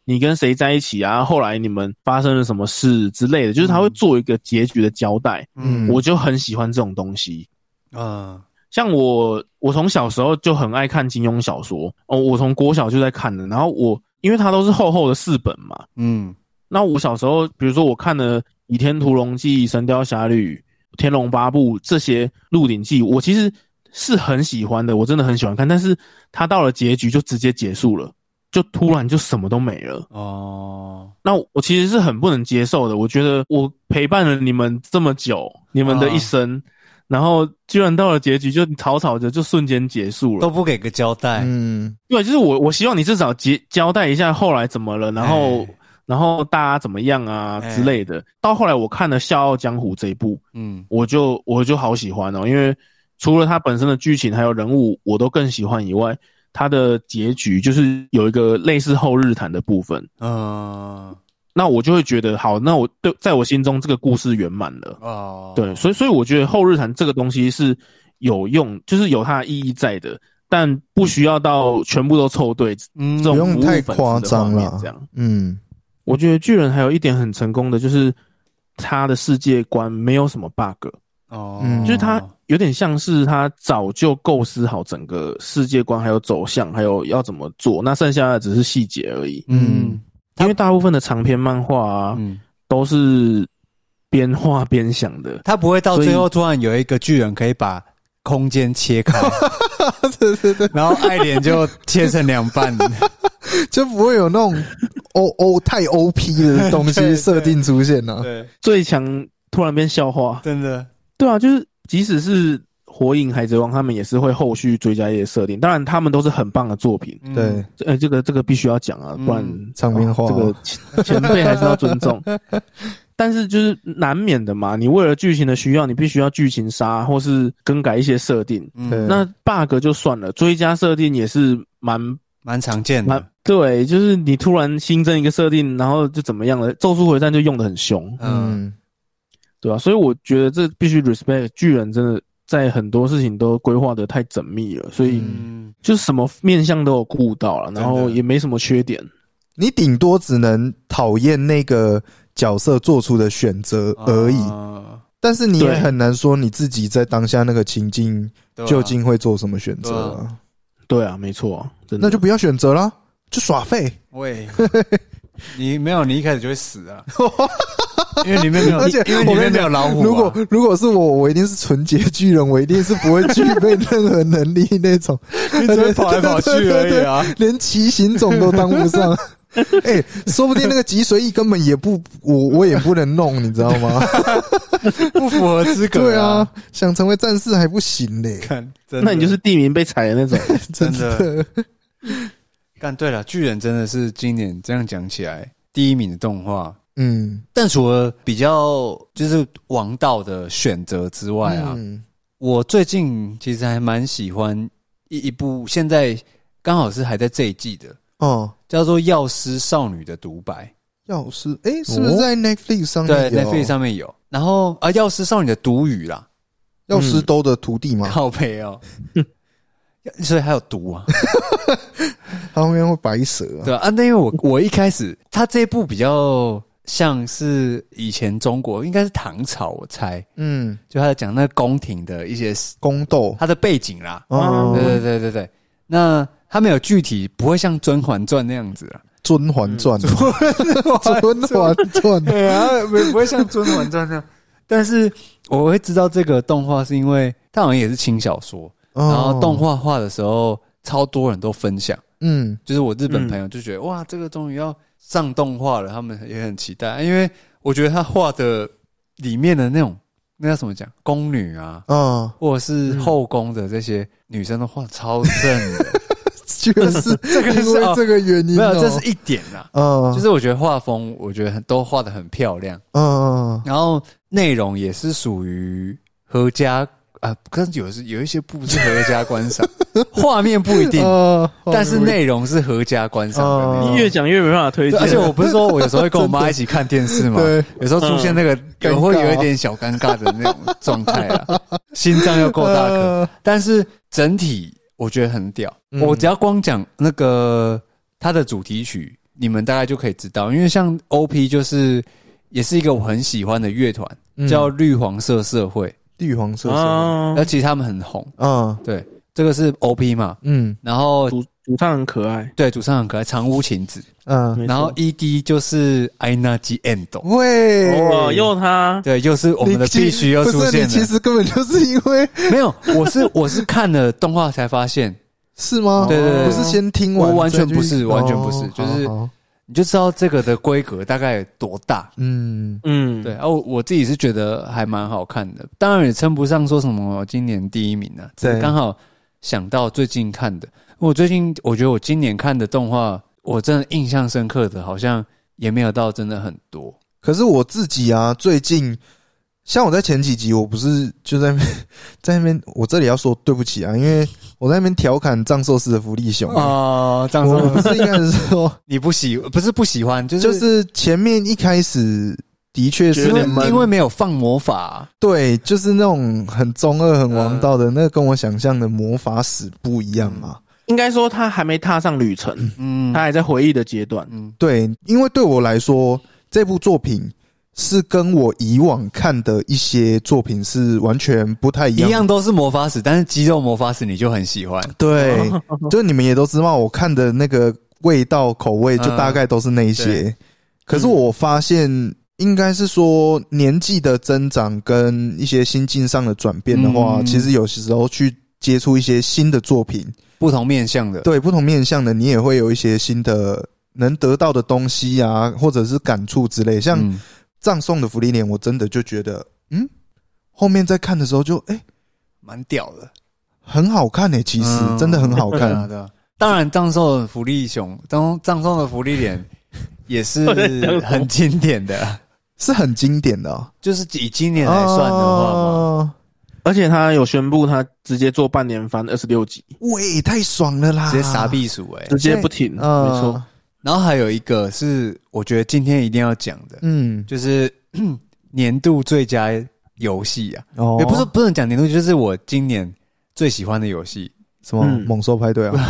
你跟谁在一起啊，后来你们发生了什么事之类的，就是他会做一个结局的交代。我就很喜欢这种东西。像我从小时候就很爱看金庸小说我从国小就在看的，然后因为它都是厚厚的4本嘛，那我小时候比如说我看了《倚天屠龙记》《神雕侠侣》《天龙八部》这些《鹿鼎记》，我其实是很喜欢的，我真的很喜欢看，但是它到了结局就直接结束了，就突然就什么都没了。那我其实是很不能接受的，我觉得我陪伴了你们这么久，你们的一生，然后居然到了结局就草草的就瞬间结束了， 都不给个交代。 对，就是我希望你至少交代一下后来怎么了，然后大家怎么样啊之类的。到后来我看了《笑傲江湖》这一部，我就好喜欢因为除了它本身的剧情还有人物我都更喜欢以外，它的结局就是有一个类似后日谈的部分。那我就会觉得好，那在我心中这个故事圆满了。对，所以我觉得后日谈这个东西是有用，就是有它的意义在的，但不需要到全部都凑对，这种不用太夸张了。 这样，我觉得巨人还有一点很成功的就是他的世界观没有什么 bug。就是他有点像是他早就构思好整个世界观还有走向还有要怎么做，那剩下的只是细节而已。因为大部分的长篇漫画都是边画边想的， 他不会到最后突然有一个巨人可以把空间切开对，然后爱莲就切成2半就不会有那种太 OP 的东西设定出现了。 对，最强突然变笑话， 真的。 对啊，就是即使是火影、海贼王，他们也是会后续追加一些设定，当然他们都是很棒的作品。 对， 这个必须要讲啊，不然长篇化这个前辈还是要尊重。但是就是难免的嘛，你为了剧情的需要，你必须要剧情杀或是更改一些设定。那 bug 就算了，追加设定也是蛮常见的。 对，就是你突然新增一个设定，然后就怎么样了？咒术回战就用得很凶。对啊，所以我觉得这必须 respect 巨人真的在很多事情都规划得太缜密了，所以就是什么面向都有顾到了，然后也没什么缺点。 你顶多只能讨厌那个角色做出的选择而已，但是你也很难说你自己在当下那个情境究竟会做什么选择啊。 对啊，没错啊， 那就不要选择啦，就耍废。 喂，你一开始就会死啊。因为里面没有， 而且因为里面没有老虎如果是我一定是纯洁巨人，我一定是不会具备任何能力那种， 你只会跑来跑去而已啊， 连骑行种都当不上。说不定那个脊髓翼根本也不，我也不能弄，你知道吗？ 不符合资格。 对啊，想成为战士还不行嘞。 那你就是地名被踩的那种， 真的。 干对了，巨人真的是今年这样讲起来第1名的动画。但除了比较就是王道的选择之外啊，我最近其实还蛮喜欢一部，现在刚好是还在这一季的叫做《药师少女的独白》。 药师是不是在 Netflix 上面有？ 对 ，Netflix 上面有。然后药师少女的独语啦， 药师兜的徒弟吗？ 靠北所以还有毒啊， 他后面会白蛇啊。 对啊，那因为我一开始他这一部比较像是以前中国应该是唐朝，我猜，就他在讲那个宫廷的一些宫斗， 他的背景啦。对，那他没有具体，不会像《甄嬛传》那样子啦。 甄嬛传，对啊，不会像《甄嬛传》那样。但是我会知道这个动画，是因为它好像也是轻小说，然后动画化的时候，超多人都分享。就是我日本朋友就觉得哇，这个终于要上动画了，他们也很期待，因为我觉得他画的里面的那种那叫什么讲宫女啊，或者是后宫的这些女生都画超正的。 居然是这个因为这个原因， 没有，这是一点啦。就是我觉得画风，我觉得都画得很漂亮。然后内容也是属于合家可是有一些不是合家观赏，画面不一定，但是内容是合家观赏的。 你越讲越没办法推荐。 而且我不是说我有时候会跟我妈一起看电视嘛，有时候出现那个会有一点小尴尬的那种状态啦，心脏又够大颗，但是整体我觉得很屌。我只要光讲那个它的主题曲你们大概就可以知道，因为像 OP 就是也是一个我很喜欢的乐团，叫绿黄色社会。 绿黄色社会， 而其实他们很红。对，这个是 OP 嘛。然后主唱很可爱， 对，主唱很可爱，长屋晴子。然后 ED 就是艾娜基 Endo。 喂， 又他， 对，又是我们的必须又出现了。 你其实根本就是因为没有，我是看了动画才发现。 是吗？ 对， 不是先听完， 我完全不是，就是你就知道这个的规格大概有多大。对。我自己是觉得还蛮好看的，当然也称不上说什么今年第一名啊。对，刚好想到最近看的，我觉得我今年看的动画，我真的印象深刻的，好像也没有到真的很多。 可是我自己啊，最近。像我在前几集，我不是就在那边，我这里要说对不起啊，因为我在那边调侃藏寿司的福利熊藏寿司不是应该是说你不是不喜欢， 就是前面一开始的确是因为没有放魔法， 对，就是那种很中二、很王道的那个，跟我想象的魔法史不一样嘛。 应该说他还没踏上旅程，他还在回忆的阶段。 对，因为对我来说，这部作品。是跟我以往看的一些作品是完全不太一样， 一样都是魔法史，但是肌肉魔法史你就很喜欢。 对，就你们也都知道，我看的那个味道口味就大概都是那一些。可是我发现，应该是说年纪的增长跟一些心境上的转变的话，其实有时候去接触一些新的作品， 不同面向的， 对，不同面向的，你也会有一些新的能得到的东西啊，或者是感触之类，像。葬送的福利脸，我真的就觉得，后面在看的时候就， 蛮屌的， 很好看其实真的很好看。 对啊，当然，葬送的福利熊，葬送的福利脸也是很经典的， 是很经典的就是以今年来算的话嘛。 而且他有宣布，他直接做半年番26集， 喂，太爽了啦！ 直接杀避暑直接不停，没错。 然后还有一个是我觉得今天一定要讲的，就是年度最佳游戏啊，也不能讲年度，就是我今年最喜欢的游戏， 什么猛兽派对啊？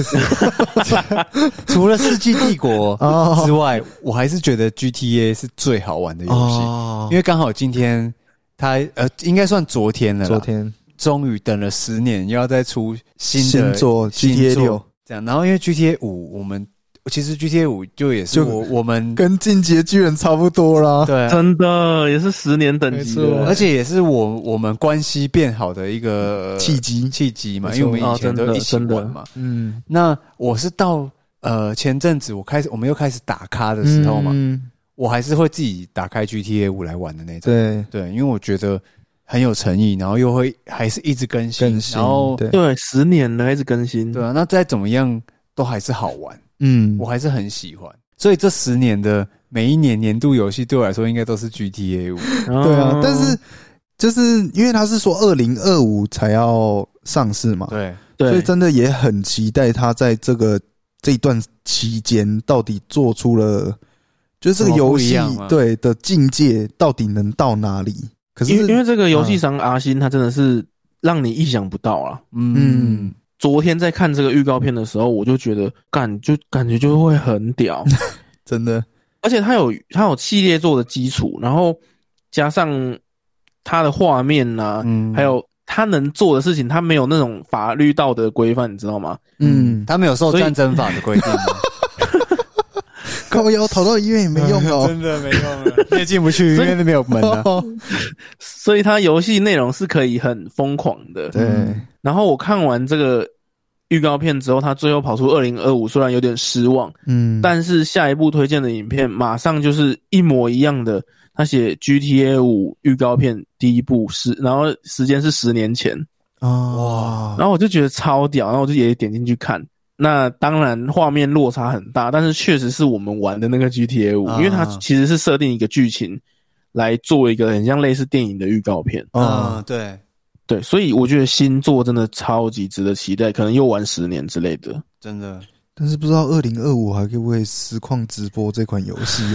除了《世纪帝国》之外，我还是觉得 GTA 是最好玩的游戏，因为刚好今天它应该算昨天了啦， 昨天终于等了10年，又要再出新作 GTA 6 这样，然后因为 GTA 5其实 GTA 5就也是我们跟进击的巨人差不多啦， 对， 真的也是10年等级的， 而且也是我们关系变好的一个契机嘛，因为我们以前都一起玩嘛。那我是到前阵子我们又开始打咖的时候嘛，我还是会自己打开 GTA 5来玩的那种。对，因为我觉得很有诚意，然后又会还是一直更新，然后对10年了一直更新， 对啊，那再怎么样都还是好玩。我还是很喜欢，所以这10年的每一年年度游戏对我来说应该都是 GTA 5。 对啊，但是就是因为他是说2025才要上市嘛， 对， 所以真的也很期待他在这一段期间到底做出了，就是这个游戏对的境界到底能到哪里。可是因为这个游戏商阿星他真的是让你意想不到啊。昨天在看这个预告片的时候，我就觉得感觉就会很屌， 真的。 而且它有系列作的基础，然后加上它的画面啊，还有它能做的事情，它没有那种法律道德规范，你知道吗？ 它没有受战争法的规定吗？ 靠腰逃到医院也没用真的没用了，你也进不去，因为那边有门啊。 所以它游戏内容是可以很疯狂的。 对。 然后我看完这个预告片之后，他最后跑出2025，虽然有点失望，但是下一部推荐的影片马上就是一模一样的，他写 GTA 5预告片第一部然后时间是10年前。哇！然后我就觉得超屌，然后我就也点进去看。那当然画面落差很大，但是确实是我们玩的那个 GTA 5，因为它其实是设定一个剧情来做一个很像类似电影的预告片。对，所以我觉得新作真的超级值得期待，可能又玩10年之类的， 真的。 但是不知道2025还可不可以实况直播这款游戏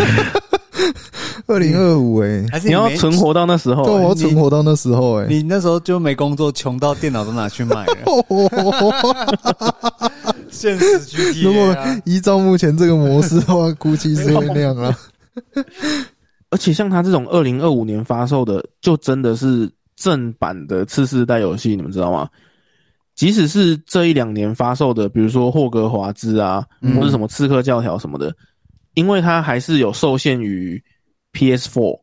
2025 还是你要存活到那时候对，我要存活到那时候你那时候就没工作，穷到电脑都拿去卖了。 现实 GTA 如果依照目前这个模式的话，估计是会那样啦。 而且像他这种2025年发售的，就真的是正版的次世代游戏，你们知道吗？即使是这1-2年发售的，比如说霍格华兹啊，或者什么刺客教条什么的，因为它还是有受限于 PS4，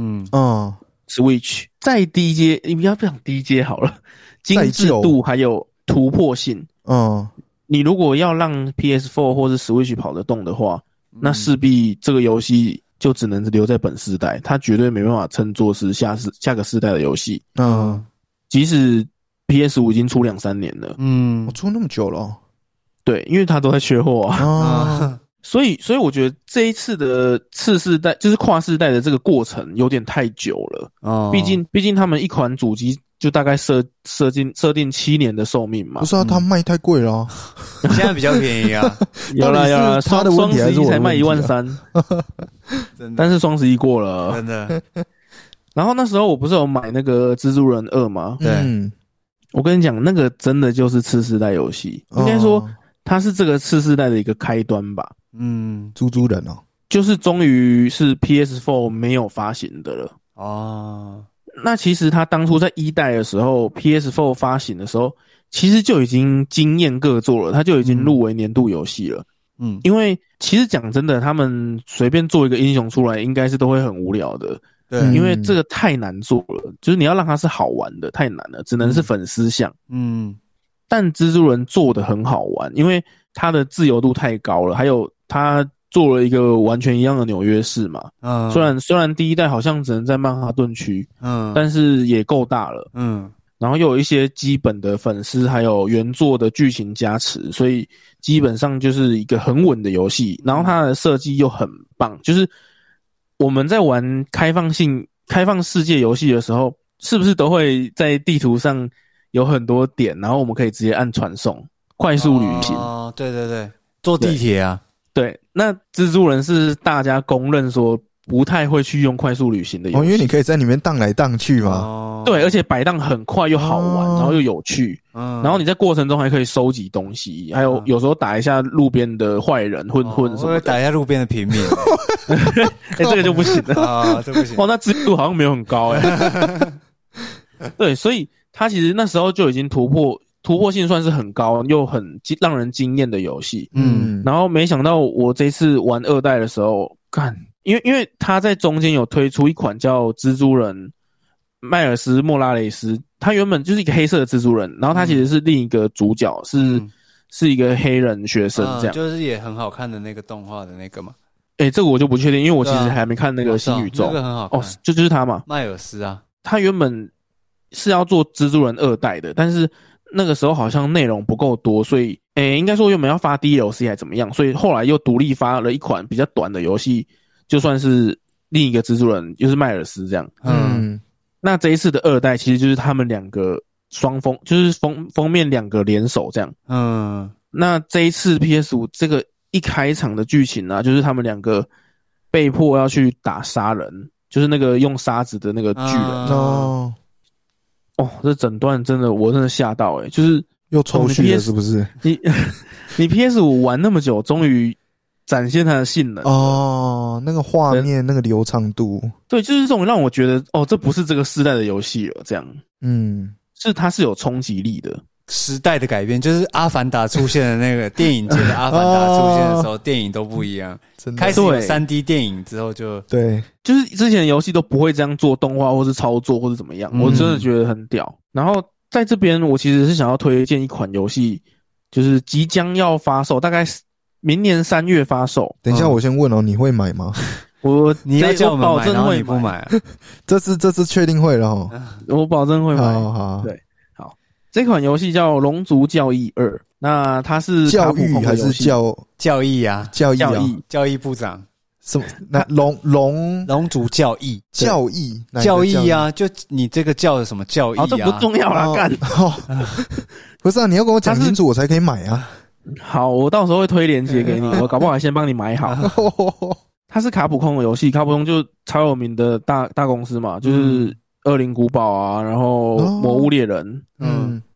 Switch 再低阶，你不要讲低阶好了，精致度还有突破性，你如果要让 PS4 或是 Switch 跑得动的话，那势必这个游戏就只能留在本世代，它绝对没办法称作是下个世代的游戏。即使 PS5 已经出2-3年了， 我出那么久了哦。 对，因为它都在缺货啊。所以我觉得这一次的次世代就是跨世代的这个过程有点太久了。毕竟他们一款主机就大概设定7年的寿命嘛。 不是啊，它卖太贵了。 现在比较便宜啊。 有啦， 他的问题还是双11才卖13000，但是双11过了， 真的。 然后那时候我不是有买那个蜘蛛人2吗？ 对， 我跟你讲，那个真的就是次世代游戏，应该说它是这个次世代的一个开端吧。 蜘蛛人哦， 就是终于是 PS4 没有发行的了。那其实他当初在1代的时候 ，PS4 发行的时候，其实就已经惊艳各座了，他就已经入围年度游戏了。因为其实讲真的，他们随便做一个英雄出来，应该是都会很无聊的。 对， 因为这个太难做了，就是你要让它是好玩的，太难了，只能是粉丝向。但蜘蛛人做得很好玩，因为它的自由度太高了，还有他做了一个完全一样的纽约市嘛。虽然第1代好像只能在曼哈顿区，但是也够大了。然后又有一些基本的粉丝还有原作的剧情加持，所以基本上就是一个很稳的游戏。然后它的设计又很棒，就是我们在玩开放世界游戏的时候，是不是都会在地图上有很多点，然后我们可以直接按传送快速旅行？ 对对对，坐地铁啊。 对，那蜘蛛人是大家公认说不太会去用快速旅行的游戏， 因为你可以在里面荡来荡去嘛。 对，而且摆荡很快又好玩，然后又有趣。然后你在过程中还可以收集东西，还有时候打一下路边的坏人混什么的， 打一下路边的平民。 这个就不行了这不行。 那自由度好像没有很高对，所以他其实那时候就已经突破性算是很高，又很让人惊艳的游戏。然后没想到我这次玩2代的时候，因为他在中间有推出一款叫蜘蛛人迈尔斯莫拉雷斯，他原本就是一个黑色的蜘蛛人，然后他其实是另一个主角，是一个黑人学生这样。 就是也很好看的那个动画的那个嘛。 这个我就不确定，因为我其实还没看那个新宇宙。 那个很好看。 就是他嘛， 迈尔斯啊。 他原本是要做蜘蛛人2代的，但是那个时候好像内容不够多，所以应该说原本要发 DLC 还怎么样，所以后来又独立发了一款比较短的游戏，就算是另一个蜘蛛人，就是迈尔斯这样。那这一次的2代其实就是他们两个就是封面两个联手这样。那这一次 PS5 这个一开场的剧情啊，就是他们两个被迫要去打杀人，就是那个用沙子的那个巨人。这整段我真的吓到就是又抽去了是不是？ 你 PS5 玩那么久，终于展现它的性能那个画面那个流畅度， 对，就是这种让我觉得这不是这个世代的游戏了，这样。是它是有冲击力的。 时代的改变，就是阿凡达出现的那个电影界的阿凡达出现的时候，电影都不一样。开始有 3D 电影之后就对， 就是之前的游戏都不会这样做动画或是操作或是怎么样，我真的觉得很屌。然后在这边我其实是想要推荐一款游戏，就是即将要发售，大概明年3月发售。 等一下我先问你会买吗？ 你要叫我们买，然后你不买这次确定会了我保证会买。 好， 对。这款游戏叫《龙族教义2》，那它是教育还是教义啊？ 教义部长什么？那龙族教义啊？ 就你这个叫的什么教义啊？ 这不重要啦，干！ 不是啊，你要跟我讲清楚，我才可以买啊。 好，我到时候会推链接给你，我搞不好还先帮你买好。它是卡普空的游戏，卡普空就超有名的大公司嘛，就是恶灵古堡啊，然后魔物猎人，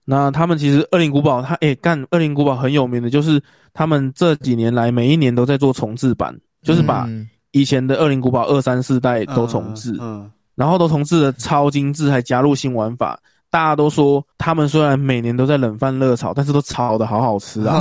那他们其实恶灵古堡，恶灵古堡很有名的就是他们这几年来每一年都在做重制版，就是把以前的恶灵古堡2、3、4代都重制，然后都重制的超精致，还加入新玩法。大家都说他们虽然每年都在冷饭热炒，但是都炒的好好吃啊。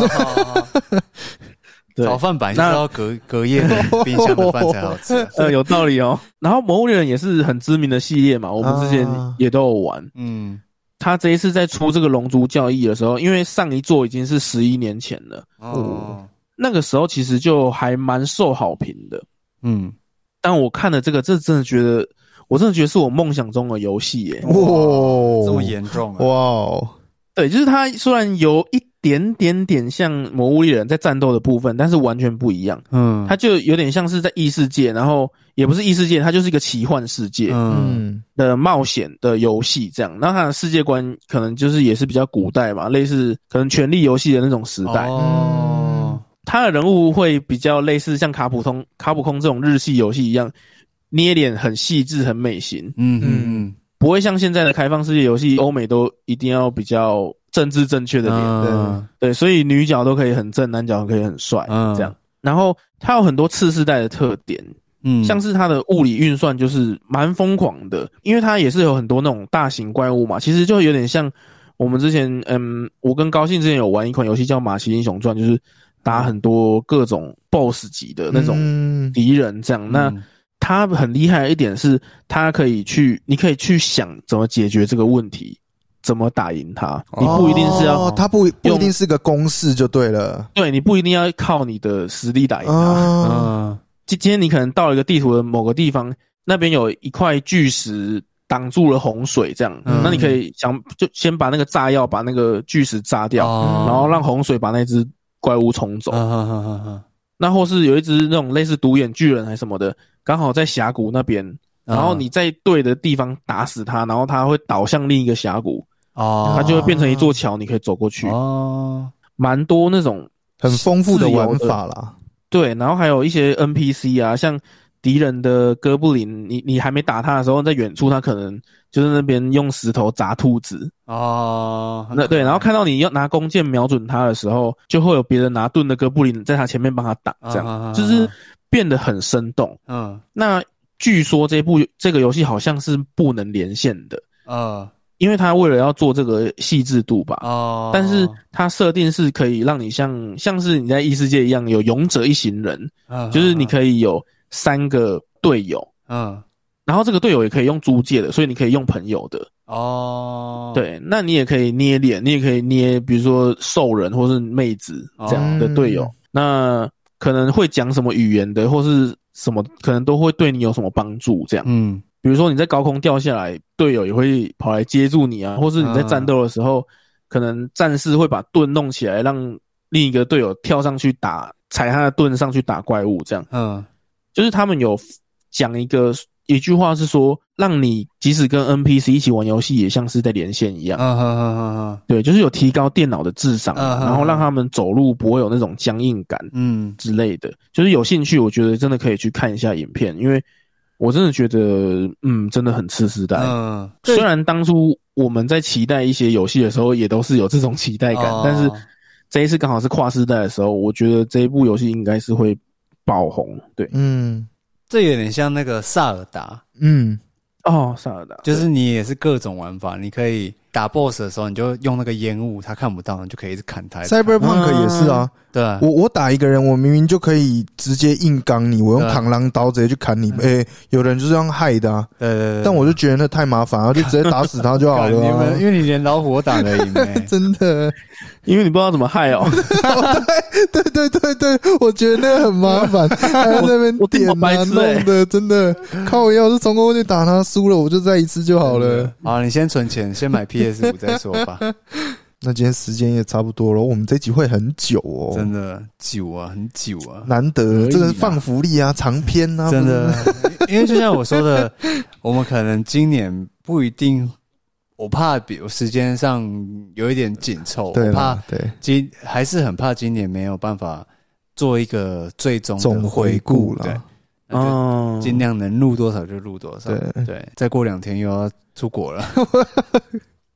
炒饭本来就是要隔夜的冰箱的饭才好吃。 有道理哦。然后魔物猎人也是很知名的系列嘛，我们之前也都有玩。他这一次在出这个龙族教义的时候，因为上一座已经是11年前了，那个时候其实就还蛮受好评的。但我看了这真的觉得，我真的觉得是我梦想中的游戏耶。 哇，这么严重啊！ 哇， 对，就是它虽然有一点像魔物猎人在战斗的部分，但是完全不一样。它就有点像是在异世界，然后也不是异世界，它就是一个奇幻世界的冒险的游戏这样。然后它的世界观可能就是也是比较古代嘛，类似可能权力游戏的那种时代。它的人物会比较类似像卡普空这种日系游戏一样，捏脸很细致很美型。不会像现在的开放世界游戏，欧美都一定要比较政治正确的脸，对，所以女角都可以很正，男角可以很帅，这样。然后它有很多次世代的特点，像是它的物理运算就是蛮疯狂的，因为它也是有很多那种大型怪物嘛，其实就有点像我们之前，我跟高兴之前有玩一款游戏叫《马奇英雄传》，就是打很多各种 BOSS 级的那种敌人，这样。那它很厉害的一点是，你可以去想怎么解决这个问题，怎么打赢它。你不一定是要， 它不一定是个公式就对了。 对，你不一定要靠你的实力打赢它。今天你可能到了一个地图的某个地方，那边有一块巨石挡住了洪水，这样，那你可以就先把那个炸药把那个巨石炸掉，然后让洪水把那只怪物冲走。那或是有一只那种类似独眼巨人还是什么的，刚好在峡谷那边，然后你在对的地方打死它，然后它会倒向另一个峡谷，它就会变成一座桥，你可以走过去。蛮多那种很丰富的玩法啦。 对，然后还有一些 NPC 啊，像敌人的哥布林，你还没打他的时候，在远处他可能就是那边用石头砸兔子。那对，然后看到你要拿弓箭瞄准他的时候，就会有别人拿盾的哥布林在他前面帮他挡，这样就是变得很生动。那据说这个游戏好像是不能连线的。因为他为了要做这个细致度吧，但是他设定是可以让你像是你在异世界一样有勇者一行人，就是你可以有3个队友，然后这个队友也可以用租借的，所以你可以用朋友的。对，那你也可以捏脸，你也可以捏比如说兽人或是妹子这样的队友，那可能会讲什么语言的或是什么，可能都会对你有什么帮助这样。比如说你在高空掉下来，队友也会跑来接住你啊，或是你在战斗的时候，可能战士会把盾弄起来，让另一个队友跳上去踩他的盾上去打怪物，这样。就是他们有讲一句话是说，让你即使跟 NPC 一起玩游戏，也像是在连线一样。对，就是有提高电脑的智商，然后让他们走路不会有那种僵硬感，之类的。就是有兴趣，我觉得真的可以去看一下影片，因为我真的觉得，真的很次世代。虽然当初我们在期待一些游戏的时候，也都是有这种期待感，但是这一次刚好是跨世代的时候，我觉得这一部游戏应该是会爆红。对， 这有点像那个萨尔达。 萨尔达就是你也是各种玩法，你可以打 BOSS 的时候，你就用那个烟雾，他看不到，你就可以一直砍他。 Cyberpunk 也是啊， 对啊， 我打一个人，我明明就可以直接硬刚你，我用螳螂刀直接去砍你。有人就是这样害的啊。对，但我就觉得那太麻烦了，就直接打死他就好了。 因为你连老虎都打得赢。 真的， 因为你不知道怎么害哦。 对，我觉得那个很麻烦，还在那边点啊弄的，真的靠腰是冲过去打他，输了我就再一次就好了。 好，你先存钱，先买 PS5 再说吧。 那今天时间也差不多了，我们这集会很久哦， 真的久啊，很久啊， 难得这个放福利啊，长篇啊， 真的。因为就像我说的，我们可能今年不一定，我怕时间上有一点紧凑，我怕还是很怕今年没有办法做一个最终的回顾了。对，尽量能录多少就录多少。对，再过2天又要出国了。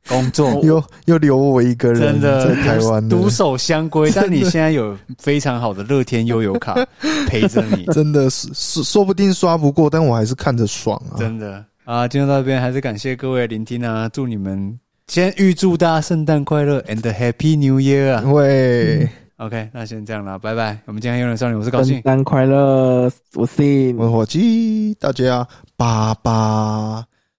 工作， 又留我一个人真的在台湾独守相归。但你现在有非常好的乐天悠游卡陪着你， 真的是说不定刷不过，但我还是看着爽啊！ 真的啊，今天到这边还是感谢各位的聆听啊，祝你们先预祝大家圣诞快乐 and Happy New Year 啊！ 喂 ，OK， 那先这样啦，拜拜。我们今天幽人少女，我是高兴， 圣诞快乐，我是我火鸡，大家拜拜。